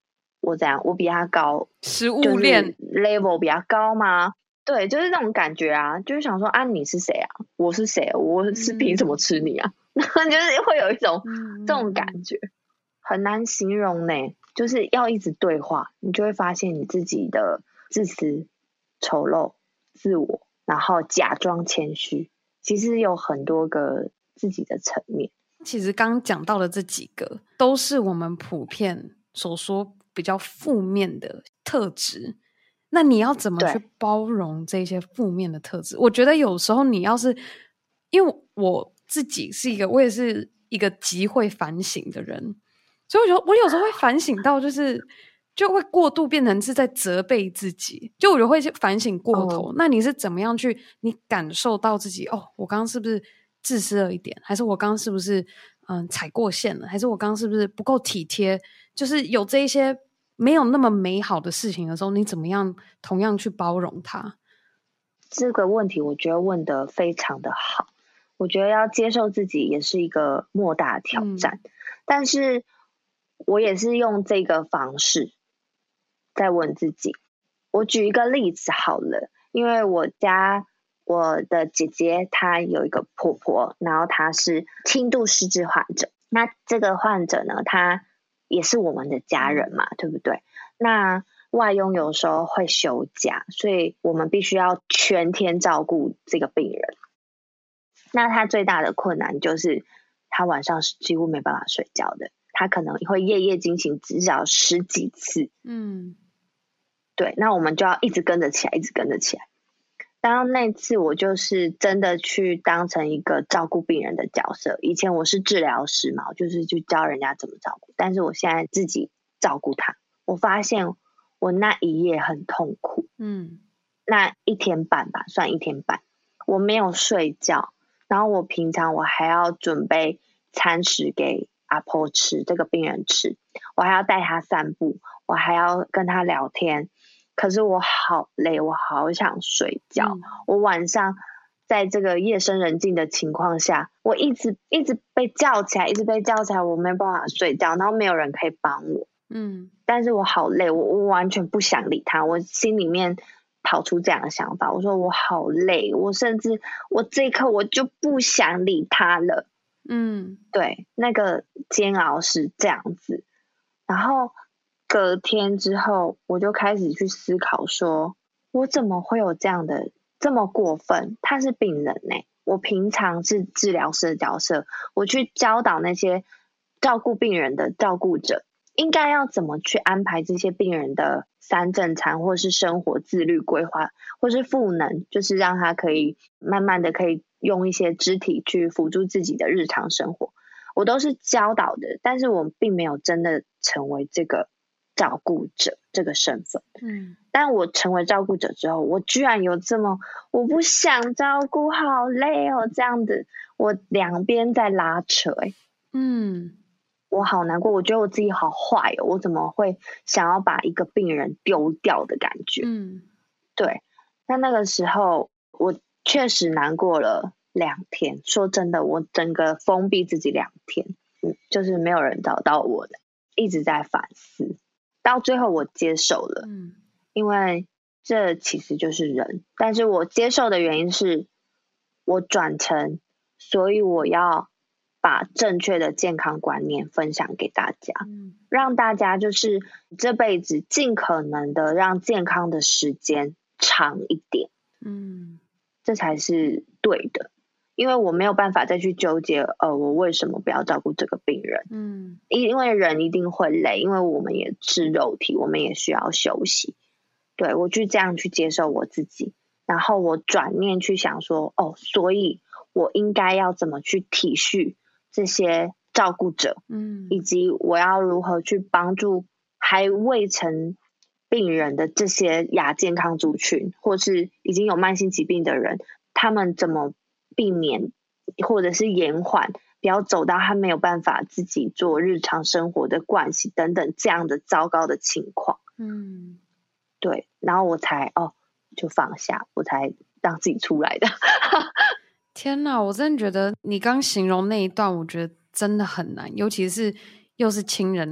我怎样，我比他高， 食物链、 就是、level 比他高吗？对，就是那种感觉啊，就是想说啊，你是谁啊？我是谁？我是凭什么吃你啊？然后就是会有一种这种感觉，很难形容呢。就是要一直对话，你就会发现你自己的自私、丑陋、自我，然后假装谦虚，其实有很多个自己的层面。 其实刚刚讲到的这几个，都是我们普遍所说比较负面的特质。那你要怎么去包容这些负面的特质？我觉得有时候你要是，因为我自己我也是一个极会反省的人，所以我有时候会反省到就会过度变成是在责备自己，就我就会反省过头。那你是怎么样去你感受到自己我刚刚是不是自私了一点，还是我刚刚是不是踩过线了，还是我刚刚是不是不够体贴，就是有这一些没有那么美好的事情的时候，你怎么样同样去包容它？ 这个问题我觉得问得非常的好，我觉得要接受自己也是一个莫大的挑战，但是我也是用这个方式在问自己。我举一个例子好了，因为我的姐姐她有一个婆婆，然后她是轻度失智患者，那这个患者呢，她也是我们的家人嘛，对不对？那外佣有时候会休假，所以我们必须要全天照顾这个病人。那他最大的困难就是他晚上是几乎没办法睡觉的，他可能会夜夜惊醒至少10几次。对，那我们就要一直跟着起来，一直跟着起来。当那次我就是真的去当成一个照顾病人的角色，以前我是治疗师嘛，我就是去教人家怎么照顾，但是我现在自己照顾他，我发现我那一夜很痛苦。那1天半吧，算1天半，我没有睡觉，然后我平常我还要准备餐食给阿婆吃，这个病人吃，我还要带他散步，我还要跟他聊天，可是我好累，我好想睡觉。我晚上在这个夜深人静的情况下，我一直被叫起来，一直被叫起来，我没办法睡觉，然后没有人可以帮我。但是我好累，我完全不想理他，我心里面跑出这样的想法，我说我好累，我甚至我这一刻我就不想理他了。对，那个煎熬是这样子。然后隔天之后，我就开始去思考说，我怎么会有这样的这么过分？他是病人欸，我平常是治疗师的角色，我去教导那些照顾病人的照顾者，应该要怎么去安排这些病人的3正餐，或是生活自律规划，或是赋能，就是让他可以慢慢的可以用一些肢体去辅助自己的日常生活，我都是教导的，但是我并没有真的成为这个照顾者这个身份。但我成为照顾者之后，我居然有这么我不想照顾，好累哦，这样子我两边在拉扯。我好难过，我觉得我自己好坏哦，我怎么会想要把一个病人丢掉的感觉。对，那个时候我确实难过了2天，说真的，我整个封闭自己2天，就是没有人找到我的，一直在反思，到最后我接受了。因为这其实就是人，但是我接受的原因是我转成，所以我要把正确的健康观念分享给大家，让大家就是这辈子尽可能的让健康的时间长一点。这才是对的，因为我没有办法再去纠结我为什么不要照顾这个病人。因为人一定会累，因为我们也是肉体，我们也需要休息。对，我就这样去接受我自己，然后我转念去想说，所以我应该要怎么去体恤这些照顾者，以及我要如何去帮助还未成病人的这些亚健康族群，或是已经有慢性疾病的人，他们怎么避免或者是延缓，不要走到他没有办法自己做日常生活的盥洗等等这样的糟糕的情况。对，然后我才就放下，我才让自己出来的。 天哪，我真的觉得你刚形容那一段，我觉得真的很难，尤其是又是亲人，然后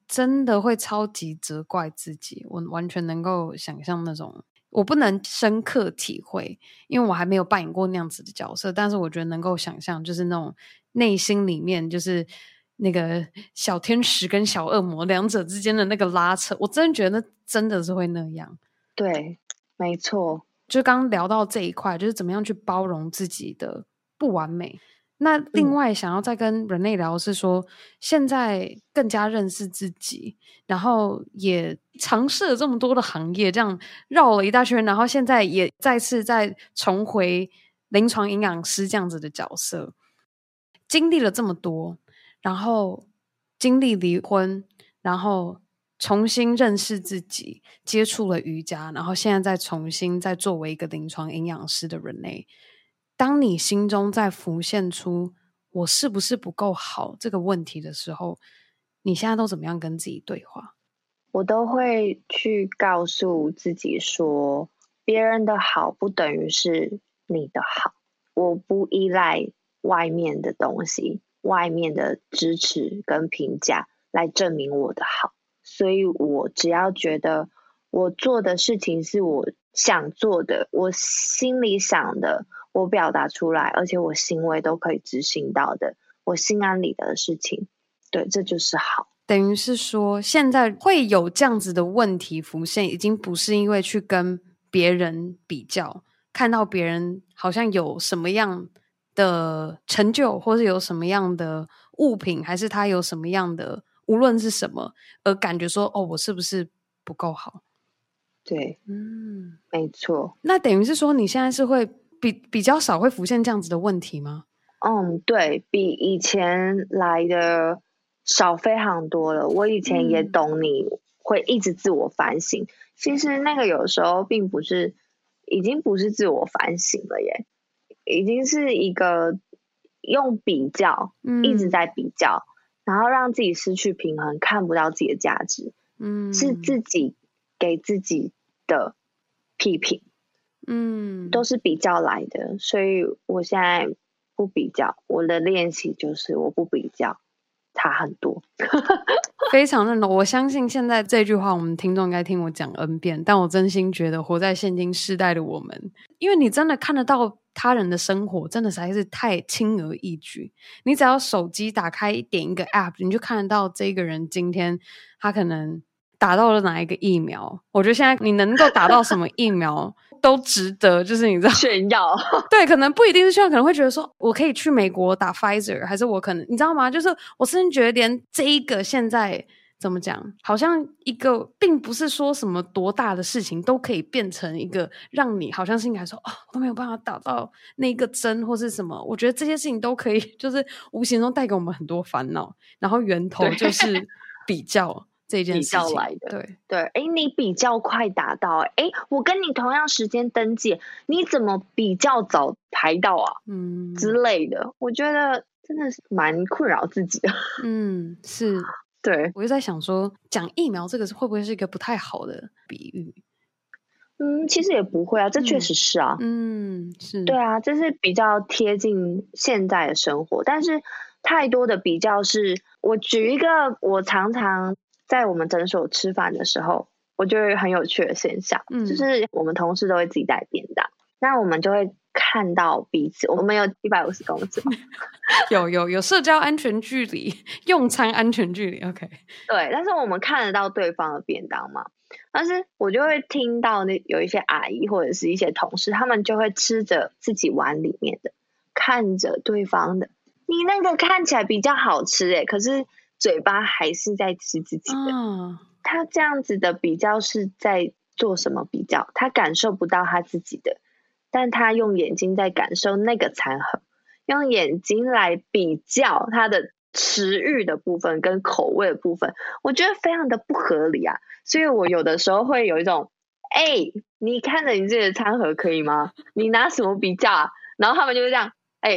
真的会超级责怪自己，我完全能够想象那种，我不能深刻体会，因为我还没有扮演过那样子的角色，但是我觉得能够想象，就是那种内心里面就是那个小天使跟小恶魔两者之间的那个拉扯，我真的觉得真的是会那样。 对，没错。 就刚聊到这一块，就是怎么样去包容自己的不完美。那另外想要再跟 Renee 聊是说，现在更加认识自己，然后也尝试了这么多的行业，这样绕了一大圈，然后现在也再次再重回临床营养师这样子的角色，经历了这么多，然后经历离婚，然后重新认识自己，接触了瑜伽，然后现在再重新再作为一个临床营养师的 Renee， 当你心中在浮现出我是不是不够好这个问题的时候，你现在都怎么样跟自己对话？ 我都会去告诉自己说，别人的好不等于是你的好，我不依赖外面的东西，外面的支持跟评价来证明我的好，所以我只要觉得我做的事情是我想做的，我心里想的，我表达出来，而且我行为都可以执行到的，我心安理得的事情，对，这就是好。 等于是说，现在会有这样子的问题浮现，已经不是因为去跟别人比较，看到别人好像有什么样的成就，或是有什么样的物品，还是他有什么样的，无论是什么，而感觉说，哦，我是不是不够好？ 对，没错。 那等于是说，你现在是会比较少会浮现这样子的问题吗？ 对，比以前来的少非常多了。我以前也懂你会一直自我反省，其实那个有时候并不是，已经不是自我反省了耶，已经是一个用比较，一直在比较，然后让自己失去平衡，看不到自己的价值，是自己给自己的批评，都是比较来的，所以我现在不比较，我的练习就是我不比较，差很多。 非常认同，我相信现在这句话我们听众应该听我讲 N 遍，但我真心觉得活在现今世代的我们，因为你真的看得到他人的生活，真的实在是太轻而易举，你只要手机打开点一个 app， 你就看得到这个人今天他可能打到了哪一个疫苗，我觉得现在你能够打到什么疫苗都值得，就是你知道炫耀。 对，可能不一定是炫耀，可能会觉得说我可以去美国打 Pfizer， 还是我可能你知道吗，就是我甚至觉得连这一个现在怎么讲，好像一个并不是说什么多大的事情都可以变成一个让你好像心里还说我都没有办法打到那个针或是什么，我觉得这些事情都可以就是无形中带给我们很多烦恼，然后源头就是比较这件事情， 比较来的。 对， 你比较快打到，我跟你同样时间登记，你怎么比较早排到啊？之类的，我觉得真的是蛮困扰自己的。 是， 对， 我就在想说，讲疫苗这个会不会是一个不太好的比喻？ 其实也不会啊，这确实是啊， 是， 对啊，这是比较贴近现在的生活，但是太多的比较是，我举一个我常常在我们诊所吃饭的时候，我觉得很有趣的现象，就是我们同事都会自己带便当，那我们就会看到彼此，我们有150公尺有社交安全距离，用餐安全距离 OK， 对，但是我们看得到对方的便当嘛，但是我就会听到有一些阿姨或者是一些同事，他们就会吃着自己碗里面的，看着对方的，你那个看起来比较好吃可是嘴巴还是在吃自己的，他这样子的比较是在做什么比较？他感受不到他自己的，但他用眼睛在感受那个餐盒，用眼睛来比较他的食欲的部分跟口味的部分，我觉得非常的不合理啊。所以我有的时候会有一种你看着你自己的餐盒可以吗？你拿什么比较啊？然后他们就会这样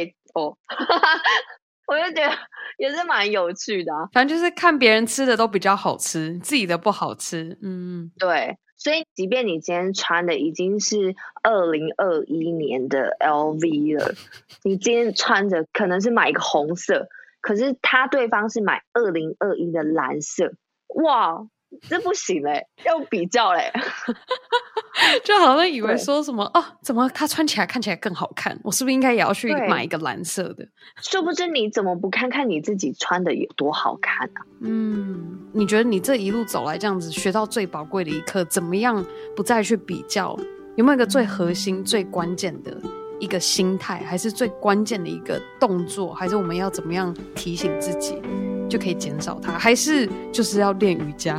我就觉得也是蛮有趣的反正就是看别人吃的都比较好吃，自己的不好吃。 对，所以即便你今天穿的已经是2021年的 LV 了，你今天穿着可能是买一个红色，可是对方是买2021的蓝色， 哇，这不行嘞，要比较嘞。 就好像以为说什么哦，怎么他穿起来看起来更好看，我是不是应该也要去买一个蓝色的？ 殊不知你怎么不看看你自己穿的有多好看啊？ 你觉得你这一路走来这样子学到最宝贵的一课，怎么样不再去比较？有没有一个最核心最关键的一个心态，还是最关键的一个动作，还是我们要怎么样提醒自己就可以减少它，还是就是要练瑜伽？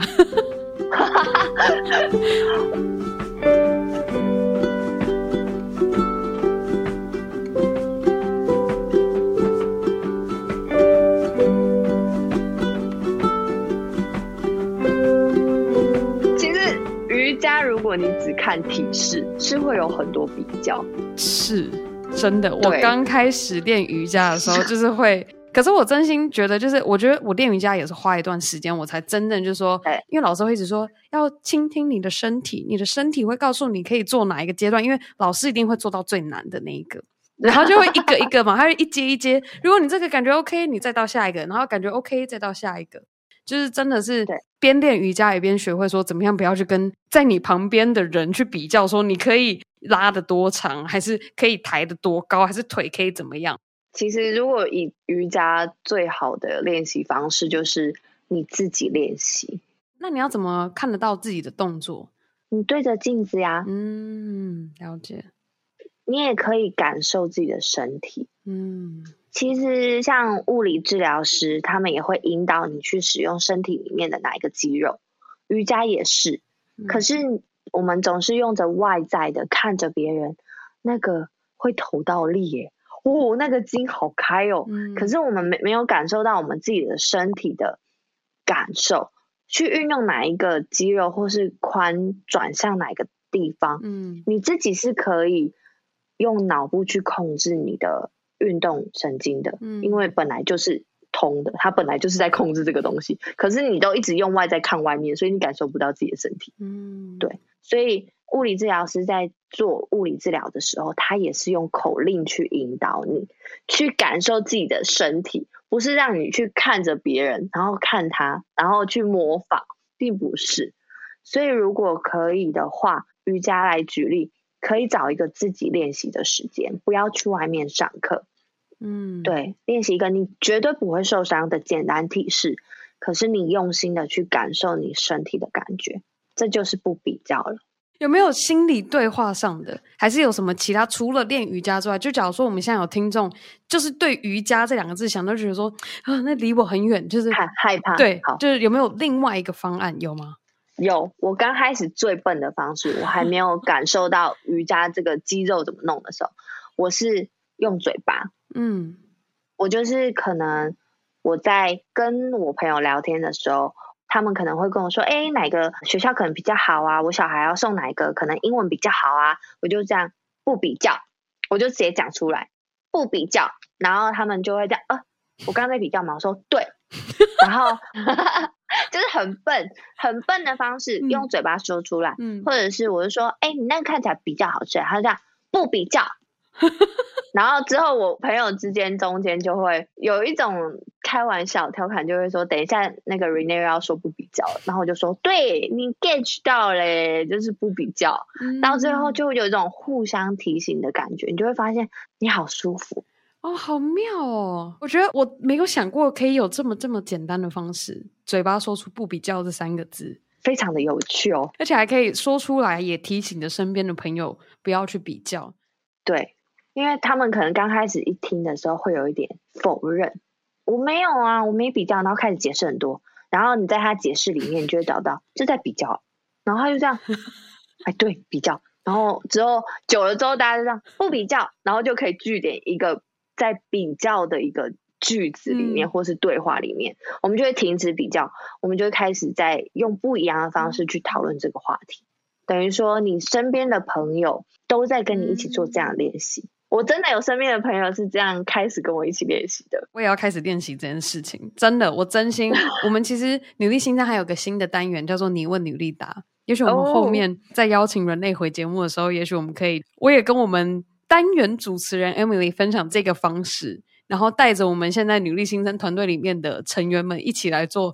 如果你只看体式，是会有很多比较。 是真的，我刚开始练瑜伽的时候就是会，可是我真心觉得就是我觉得我练瑜伽也是花一段时间我才真正就是说，因为老师会一直说要倾听你的身体，你的身体会告诉你可以做哪一个阶段，因为老师一定会做到最难的那一个，然后就会一个一个嘛，他会一阶一阶，如果你这个感觉 OK 你再到下一个，然后感觉 OK 再到下一个，就是真的是边练瑜伽也边学会说怎么样不要去跟在你旁边的人去比较，说你可以拉得多长，还是可以抬得多高，还是腿可以怎么样。 其实如果以瑜伽最好的练习方式就是你自己练习。 那你要怎么看得到自己的动作？ 你对着镜子呀。 了解。 你也可以感受自己的身体。其实像物理治疗师他们也会引导你去使用身体里面的哪一个肌肉，瑜伽也是。可是我们总是用着外在的看着别人，那个会头倒立耶，那个筋好开哦。可是我们没有感受到我们自己的身体的感受，去运用哪一个肌肉或是髋转向哪一个地方。你自己是可以用脑部去控制你的运动神经的，因为本来就是通的，它本来就是在控制这个东西，可是你都一直用外在看外面，所以你感受不到自己的身体。对，所以物理治疗师在做物理治疗的时候，他也是用口令去引导你去感受自己的身体，不是让你去看着别人然后看他然后去模仿，并不是。所以如果可以的话，瑜伽来举例，可以找一个自己练习的时间，不要去外面上课。对，练习一个你绝对不会受伤的简单体式，可是你用心的去感受你身体的感觉，这就是不比较了。 有没有心理对话上的，还是有什么其他除了练瑜伽之外，就假如说我们现在有听众就是对瑜伽这两个字想都觉得说那离我很远，就是害怕。 对，就是有没有另外一个方案？有吗？ 有。我刚开始最笨的方式，我还没有感受到瑜伽这个肌肉怎么弄的时候，我是用嘴巴。我就是可能我在跟我朋友聊天的时候，他们可能会跟我说哪个学校可能比较好啊，我小孩要送哪个可能英文比较好啊，我就这样不比较，我就直接讲出来不比较，然后他们就会这样我刚刚在比较吗？我说对。然后就是很笨的方式，用嘴巴说出来。或者是我就说你那个看起来比较好吃，他就这样不比较。然后之后我朋友之间中间就会有一种开玩笑调侃，就会说等一下那个 Renee 要说不比较了，然后我就说对，你 get 到嘞，就是不比较。到最后就有一种互相提醒的感觉，你就会发现你好舒服。 好妙哦！我觉得我没有想过可以有这么简单的方式，嘴巴说出不比较这3个字， 非常的有趣哦， 而且还可以说出来，也提醒着身边的朋友不要去比较。 对，因为他们可能刚开始一听的时候会有一点否认，我没有啊，我没比较，然后开始解释很多，然后你在他解释里面你就会找到这在比较，然后他就这样对，比较，然后之后久了之后大家就这样不比较，然后就可以据点一个在比较的一个句子里面或是对话里面，我们就会停止比较，我们就会开始在用不一样的方式去讨论这个话题。等于说你身边的朋友都在跟你一起做这样的练习。我真的有身边的朋友是这样开始跟我一起练习的。 我也要开始练习这件事情，真的，我真心我们其实女力心脏还有个新的单元叫做你问女力答，也许我们后面在邀请人类回节目的时候，也许我们可以，我也跟我们单元主持人 Emily 分享这个方式，然后带着我们现在女力新生团队里面的成员们一起来做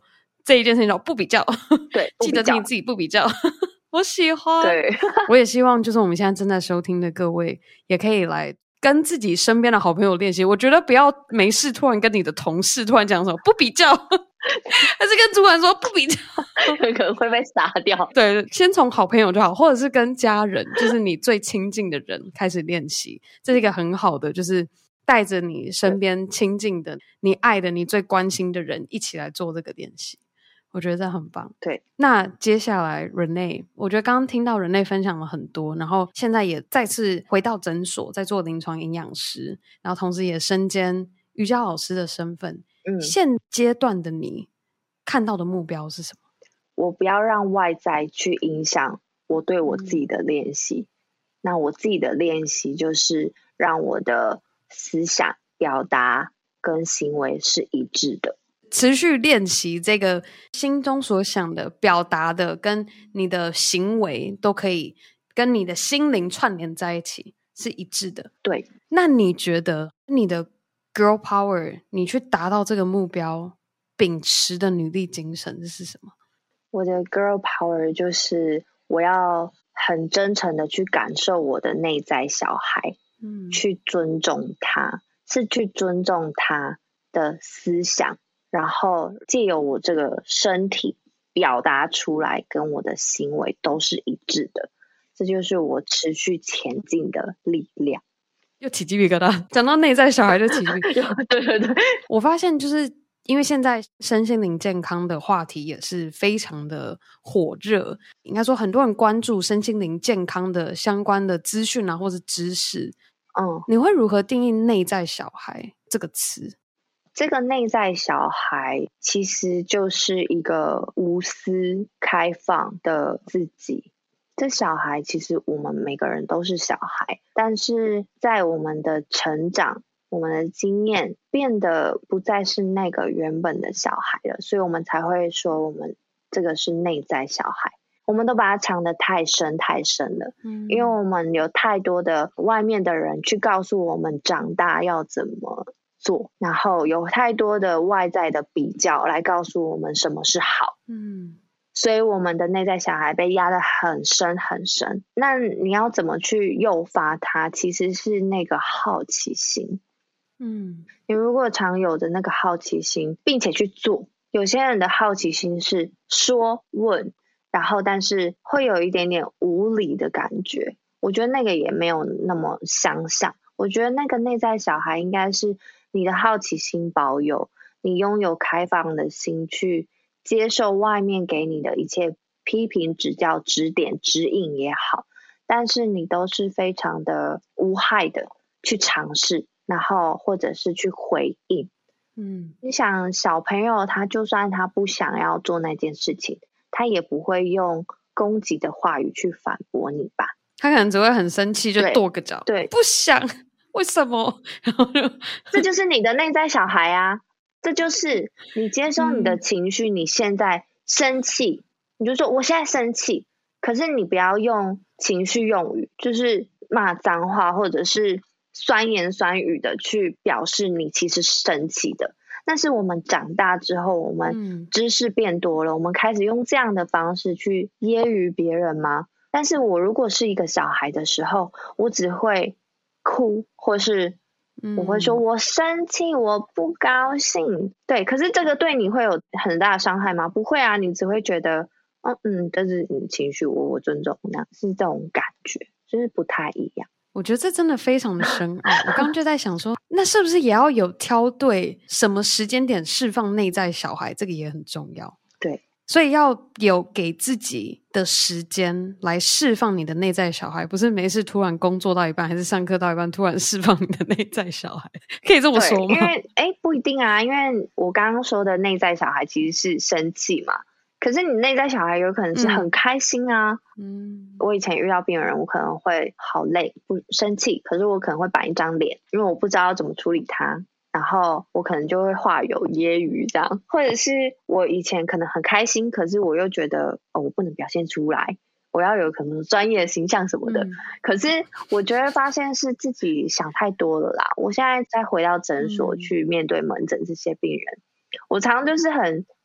这一件事情叫不比较。 对， 记得提醒自己不比较。我喜欢。 对， 我也希望就是我们现在正在收听的各位也可以来跟自己身边的好朋友练习。我觉得不要没事突然跟你的同事突然讲什么不比较，还是跟主管说不比较， 可能会被杀掉。 对，先从好朋友就好，或者是跟家人，就是你最亲近的人开始练习。这是一个很好的，就是带着你身边亲近的、你爱的、你最关心的人一起来做这个练习。我觉得这很棒。 对， 那接下来 Renee， 我觉得刚刚听到 Renee 分享了很多，然后现在也再次回到诊所，在做临床营养师，然后同时也身兼瑜伽老师的身份。现阶段的你看到的目标是什么？ 我不要让外在去影响我对我自己的练习。那我自己的练习就是让我的思想、表达跟行为是一致的。 持续练习这个心中所想的、表达的跟你的行为都可以跟你的心灵串联在一起，是一致的。 对。 那你觉得你的 girl power， 你去达到这个目标秉持的女力精神是什么？ 我的 girl power 就是我要很真诚的去感受我的内在小孩，去尊重他，是去尊重他的思想，然后借由我这个身体表达出来跟我的行为都是一致的，这就是我持续前进的力量。 又起鸡皮疙瘩，讲到内在小孩就起鸡皮疙瘩。 对对对， 我发现就是因为现在身心灵健康的话题也是非常的火热，应该说很多人关注身心灵健康的相关的资讯啊，或是知识。你会如何定义内在小孩这个词？ 这个内在小孩其实就是一个无私开放的自己。这小孩其实我们每个人都是小孩，但是在我们的成长，我们的经验变得不再是那个原本的小孩了，所以我们才会说我们这个是内在小孩。我们都把它藏得太深太深了，因为我们有太多的外面的人去告诉我们长大要怎么做，然后有太多的外在的比较来告诉我们什么是好。所以我们的内在小孩被压得很深很深。那你要怎么去诱发他？其实是那个好奇心。你如果常有的那个好奇心并且去做，有些人的好奇心是说问，然后但是会有一点点无理的感觉，我觉得那个也没有那么相像。我觉得那个内在小孩应该是你的好奇心保有，你拥有开放的心去接受外面给你的一切批评指教指点指引也好，但是你都是非常的无害的去尝试，然后或者是去回应。你想小朋友他就算他不想要做那件事情，他也不会用攻击的话语去反驳你吧， 他可能只会很生气就跺个脚，对，不想为什么，然后这就是你的内在小孩啊，这就是你接受你的情绪，你现在生气，你就说我现在生气，可是你不要用情绪用语，就是骂脏话或者是酸言酸语的去表示你其实是生气的。但是我们长大之后，我们知识变多了，我们开始用这样的方式去揶揄别人吗？但是我如果是一个小孩的时候，我只会哭，或是我会说我生气，我不高兴。对，可是这个对你会有很大的伤害吗？不会啊，你只会觉得这是你的情绪，我尊重，那样是这种感觉，就是不太一样。 我觉得这真的非常的深奥。我刚刚就在想说，那是不是也要有挑对什么时间点释放内在小孩，这个也很重要。 对， 所以要有给自己的时间来释放你的内在小孩，不是没事突然工作到一半还是上课到一半突然释放你的内在小孩，可以这么说吗？ 因为不一定啊，因为我刚刚说的内在小孩其实是生气嘛，可是你内在小孩有可能是很开心啊。我以前遇到病人，我可能会好累不生气，可是我可能会板一张脸，因为我不知道要怎么处理他，然后我可能就会话有揶揄这样，或者是我以前可能很开心，可是我又觉得我不能表现出来，我要有可能专业的形象什么的。可是我觉得发现是自己想太多了啦。我现在再回到诊所去面对门诊这些病人，我常常就是很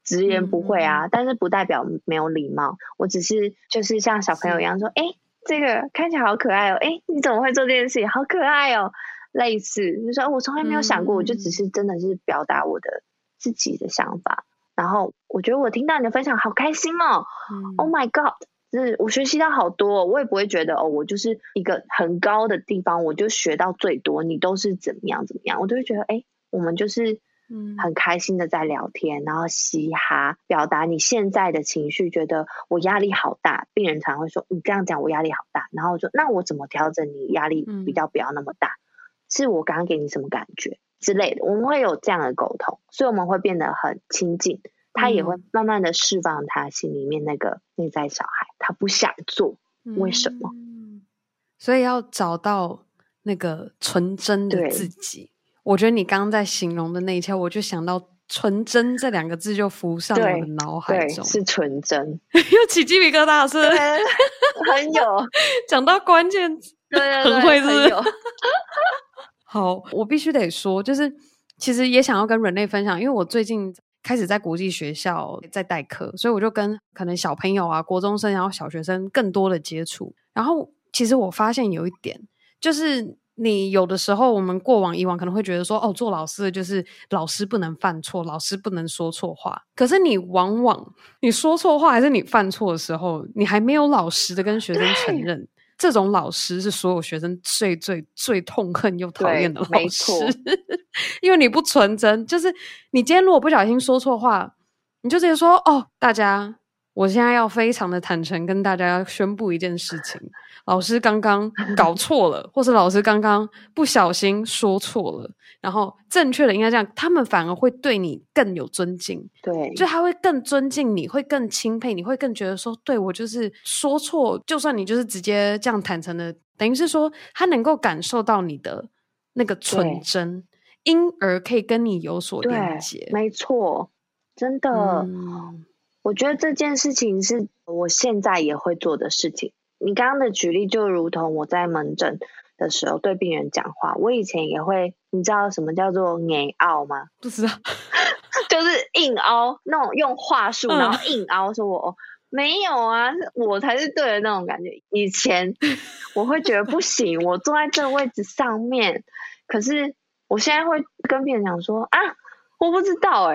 直言不讳啊，但是不代表没有礼貌。我只是就是像小朋友一样说，这个看起来好可爱哦，你怎么会做这件事情？好可爱哦，类似就说我从来没有想过，我就只是真的是表达我的自己的想法。然后我觉得我听到你的分享好开心哦，Oh my god， 就是我学习到好多，我也不会觉得我就是一个很高的地方，我就学到最多，你都是怎么样，我都会觉得我们就是很开心的在聊天，然后嘻哈，表达你现在的情绪，觉得我压力好大，病人常会说你这样讲我压力好大，然后我说那我怎么调整你压力比较不要那么大，是我刚刚给你什么感觉之类的，我们会有这样的沟通，所以我们会变得很亲近，他也会慢慢的释放他心里面那个内在小孩，他不想做，为什么？ 所以要找到那个纯真的自己。我觉得你刚刚在形容的那一切，我就想到纯真这2个字就浮上我的脑海中。 对，是纯真。 又起鸡皮疙瘩是不是？ 很有讲到关键字， 对很会是不是？ 很有好，我必须得说，就是其实也想要跟人类分享，因为我最近开始在国际学校在代课，所以我就跟可能小朋友啊、国中生然后小学生更多的接触。然后其实我发现有一点，就是你有的时候我们以往可能会觉得说做老师的就是老师不能犯错，老师不能说错话，可是你往往你说错话还是你犯错的时候，你还没有老实的跟学生承认，这种老师是所有学生最最最痛恨又讨厌的老师因为你不纯真，就是你今天如果不小心说错话，你就直接说大家我现在要非常的坦诚跟大家宣布一件事情，老师刚刚搞错了或是老师刚刚不小心说错了，然后正确的应该这样，他们反而会对你更有尊敬， 对， 就他会更尊敬你，会更钦佩你，会更觉得说对，我就是说错，就算你就是直接这样坦诚的，等于是说他能够感受到你的那个纯真，因而可以跟你有所连结。 没错，真的我觉得这件事情是我现在也会做的事情。你刚刚的举例就如同我在门诊的时候对病人讲话，我以前也会，你知道什么叫做硬凹吗？ 不知道就是硬凹，那种用话术然后硬凹说我没有啊，我才是对的那种感觉。以前我会觉得不行，我坐在这个位置上面，可是我现在会跟病人讲说我不知道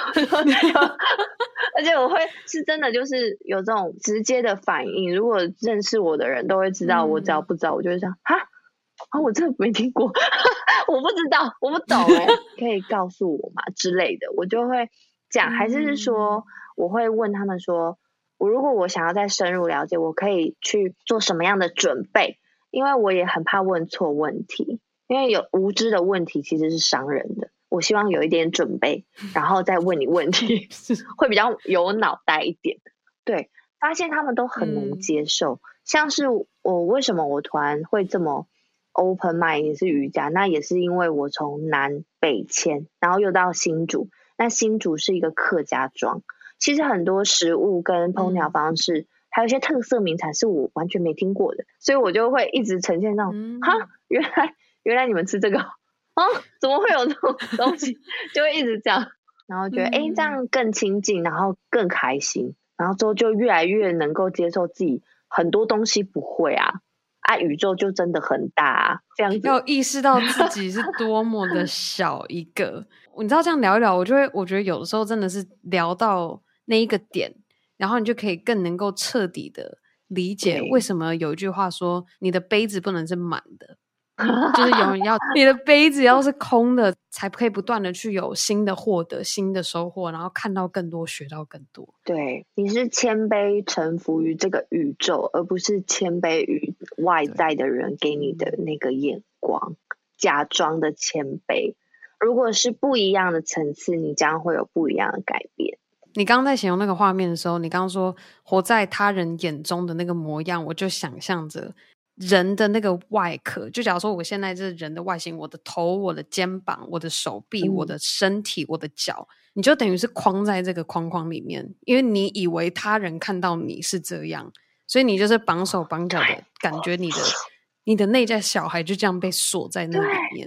而且我会是真的就是有这种直接的反应，如果认识我的人都会知道，我只要不知道我就会想我真的没听过我不知道我不懂可以告诉我吗之类的，我就会讲。还是说我会问他们说，如果我想要再深入了解，我可以去做什么样的准备，因为我也很怕问错问题，因为有无知的问题其实是伤人的，我希望有一点准备然后再问你问题会比较有脑袋一点。对，发现他们都很能接受像是我为什么我突然会这么 open mind 也是瑜伽，那也是因为我从南北迁然后又到新竹，那新竹是一个客家庄，其实很多食物跟烹调方式还有一些特色名产是我完全没听过的，所以我就会一直呈现那种原来你们吃这个怎么会有这种东西就会一直这样，然后觉得这样更亲近，然后更开心，然后之后就越来越能够接受自己很多东西不会宇宙就真的很大这样子要意识到自己是多么的小一个你知道这样聊一聊，我觉得有的时候真的是聊到那一个点，然后你就可以更能够彻底的理解为什么有一句话说你的杯子不能是满的就是有人要你的杯子要是空的才可以不断的去有新的获得新的收获，然后看到更多学到更多。 对，你是谦卑臣服于这个宇宙，而不是谦卑于外在的人给你的那个眼光，假装的谦卑。如果是不一样的层次，你将会有不一样的改变。 你刚刚在形容那个画面的时候，你刚刚说活在他人眼中的那个模样，我就想象着人的那个外壳，就假如说我现在这人的外形，我的头、我的肩膀、我的手臂、我的身体、我的脚，你就等于是框在这个框框里面，因为你以为他人看到你是这样，所以你就是绑手绑脚的感觉，你的内在小孩就这样被锁在那里面。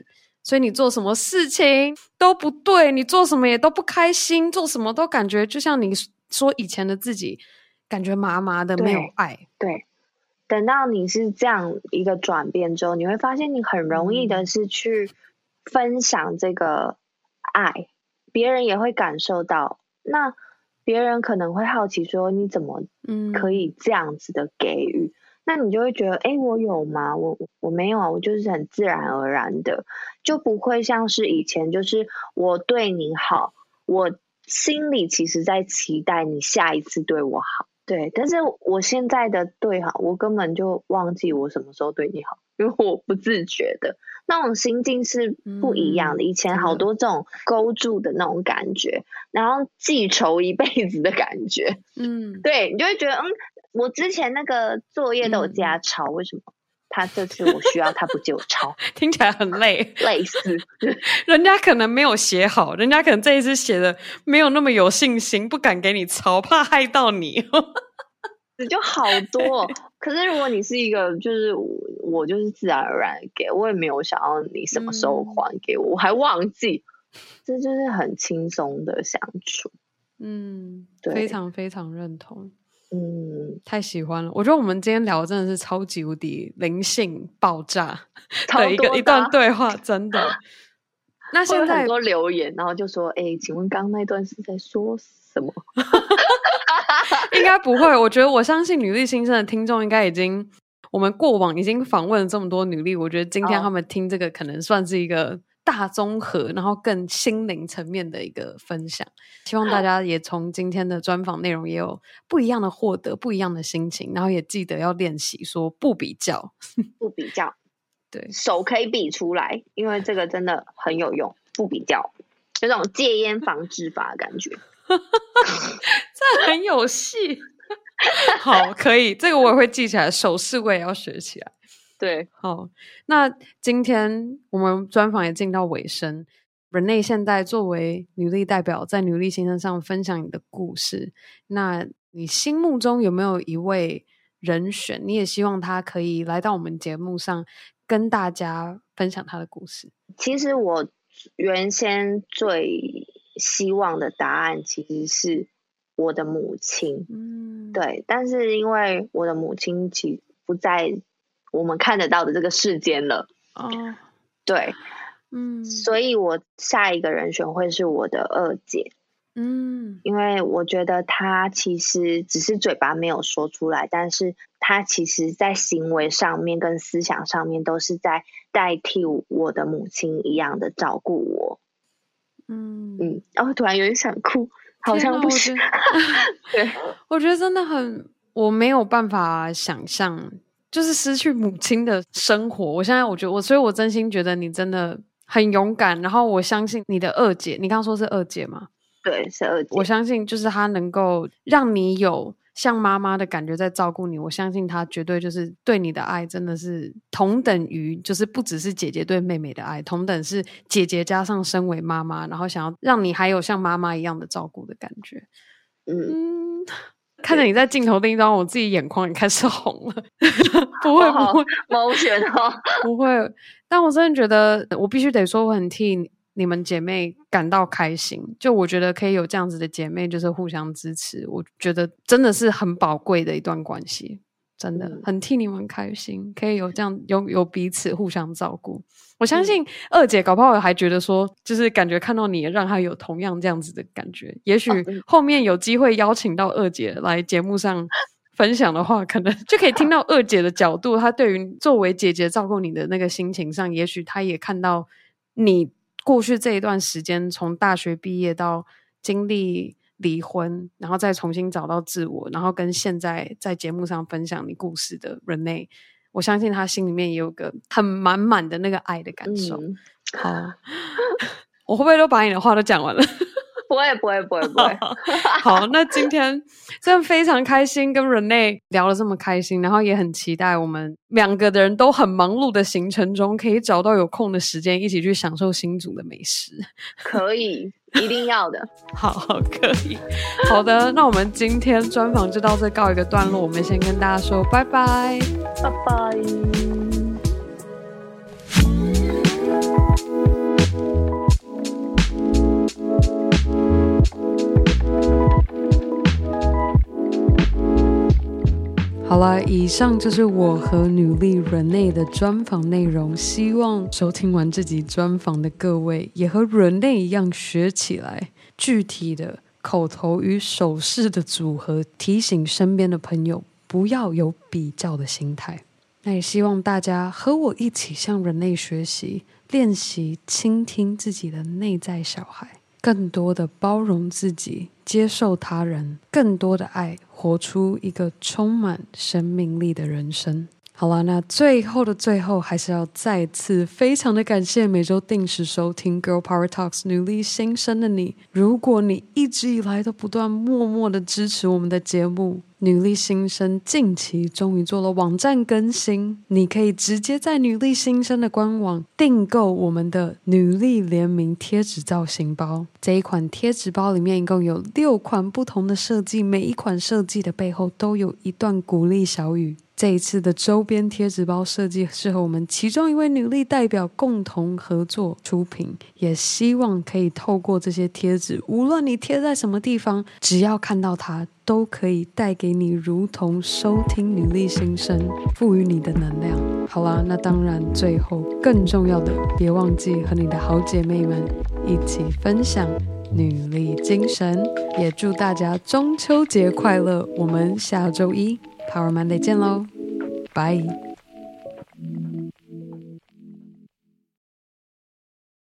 所以你做什么事情都不对，你做什么也都不开心，做什么都感觉就像你说以前的自己感觉麻麻的，没有爱。 对，等到你是这样一个转变之后，你会发现你很容易的是去分享这个爱，别人也会感受到，那别人可能会好奇说你怎么可以这样子的给予，那你就会觉得我有吗？我没有啊，我就是很自然而然的，就不会像是以前就是我对你好，我心里其实在期待你下一次对我好，对，但是我现在的对好，我根本就忘记我什么时候对你好，因为我不自觉的那种心境是不一样的。以前好多这种勾住的那种感觉，然后记仇一辈子的感觉，对，你就会觉得我之前那个作业都有借他抄，为什么他这次我需要他不借我抄？ 听起来很累， 类似人家可能没有写好，人家可能这一次写的没有那么有信心，不敢给你抄，怕害到你。 就好多。可是如果你是一个就是我就是自然而然给，我也没有想要你什么时候还给我，我还忘记，这就是很轻松的相处。对， 非常非常认同。太喜欢了！我觉得我们今天聊的真的是超级无敌灵性爆炸的一段对话，真的。那现在很多留言，然后就说：“请问刚刚那段是在说什么？” 应该不会，我觉得我相信女力新生的听众应该已经，我们过往已经访问了这么多女力，我觉得今天他们听这个可能算是一个大综合，然后更心灵层面的一个分享。希望大家也从今天的专访内容也有不一样的获得，不一样的心情，然后也记得要练习说不比较， 不比较， 对， 手可以比出来，因为这个真的很有用。不比较，有种戒烟防治法的感觉。 这很有戏。好，可以，这个我也会记起来，手势我也要学起来。 对， 好，那今天我们专访也进到尾声。Renee 现在作为女力代表，在女力新生上分享你的故事，那你心目中有没有一位人选，你也希望他可以来到我们节目上跟大家分享他的故事？ 其实我原先最希望的答案其实是我的母亲，对，但是因为我的母亲其实不在我们看得到的这个世间了，对，所以我下一个人选会是我的二姐，因为我觉得她其实只是嘴巴没有说出来，但是她其实在行为上面跟思想上面都是在代替我的母亲一样的照顾我。然后突然有点想哭，好像不行。对， 我觉得真的很，我没有办法想象，就是失去母亲的生活。我现在我觉得所以我真心觉得你真的很勇敢。然后我相信你的二姐，你刚刚说是二姐吗？ 对，是二姐。 我相信就是她能够让你有像妈妈的感觉在照顾你，我相信她绝对就是对你的爱真的是同等于，就是不只是姐姐对妹妹的爱，同等是姐姐加上身为妈妈，然后想要让你还有像妈妈一样的照顾的感觉。看着你在镜头另一端，我自己眼眶也开始红了。不会不会， 毛选哦， 不会。但我真的觉得我必须得说，我很替你们姐妹感到开心，就我觉得可以有这样子的姐妹就是互相支持，我觉得真的是很宝贵的一段关系，真的很替你们开心，可以有这样有彼此互相照顾。我相信二姐搞不好还觉得说就是感觉看到你让她有同样这样子的感觉，也许后面有机会邀请到二姐来节目上分享的话，可能就可以听到二姐的角度，她对于作为姐姐照顾你的那个心情上，也许她也看到你过去这一段时间，从大学毕业到经历离婚，然后再重新找到自我，然后跟现在在节目上分享你故事的 Renee， 我相信她心里面也有个很满满的那个爱的感受。好，我会不会都把你的话都讲完了？ 不会不会不会不会。 好，那今天真的非常开心跟 Renee 聊得这么开心，然后也很期待我们两个的人都很忙碌的行程中可以找到有空的时间一起去享受新竹的美食。可以，一定要的。好，可以。好的，那我们今天专访就到这告一个段落，我们先跟大家说拜拜，拜拜。 啦，以上就是我和女力 Renee 的专访内容，希望收听完这集专访的各位也和 Renee 一样学起来，具体的口头与手势的组合，提醒身边的朋友不要有比较的心态。那也希望大家和我一起向人类学习，练习倾听自己的内在小孩，更多的包容自己，接受他人，更多的爱，活出一个充满生命力的人生。好了，那最后的最后，还是要再次非常的感谢每周定时收听 Girl Power Talks 女力新生的你。如果你一直以来都不断默默的支持我们的节目，女力新生近期终于做了网站更新，你可以直接在女力新生的官网订购我们的女力联名贴纸造型包。这一款贴纸包里面一共有6款不同的设计，每一款设计的背后都有一段鼓励小语。这一次的周边贴纸包设计是和我们其中一位女力代表共同合作出品，也希望可以透过这些贴纸，无论你贴在什么地方，只要看到它，都可以带给你如同收听女力新生赋予你的能量。好啦，那当然最后更重要的，别忘记和你的好姐妹们一起分享女力精神，也祝大家中秋节快乐，我们下周一Power Monday 见咯，拜。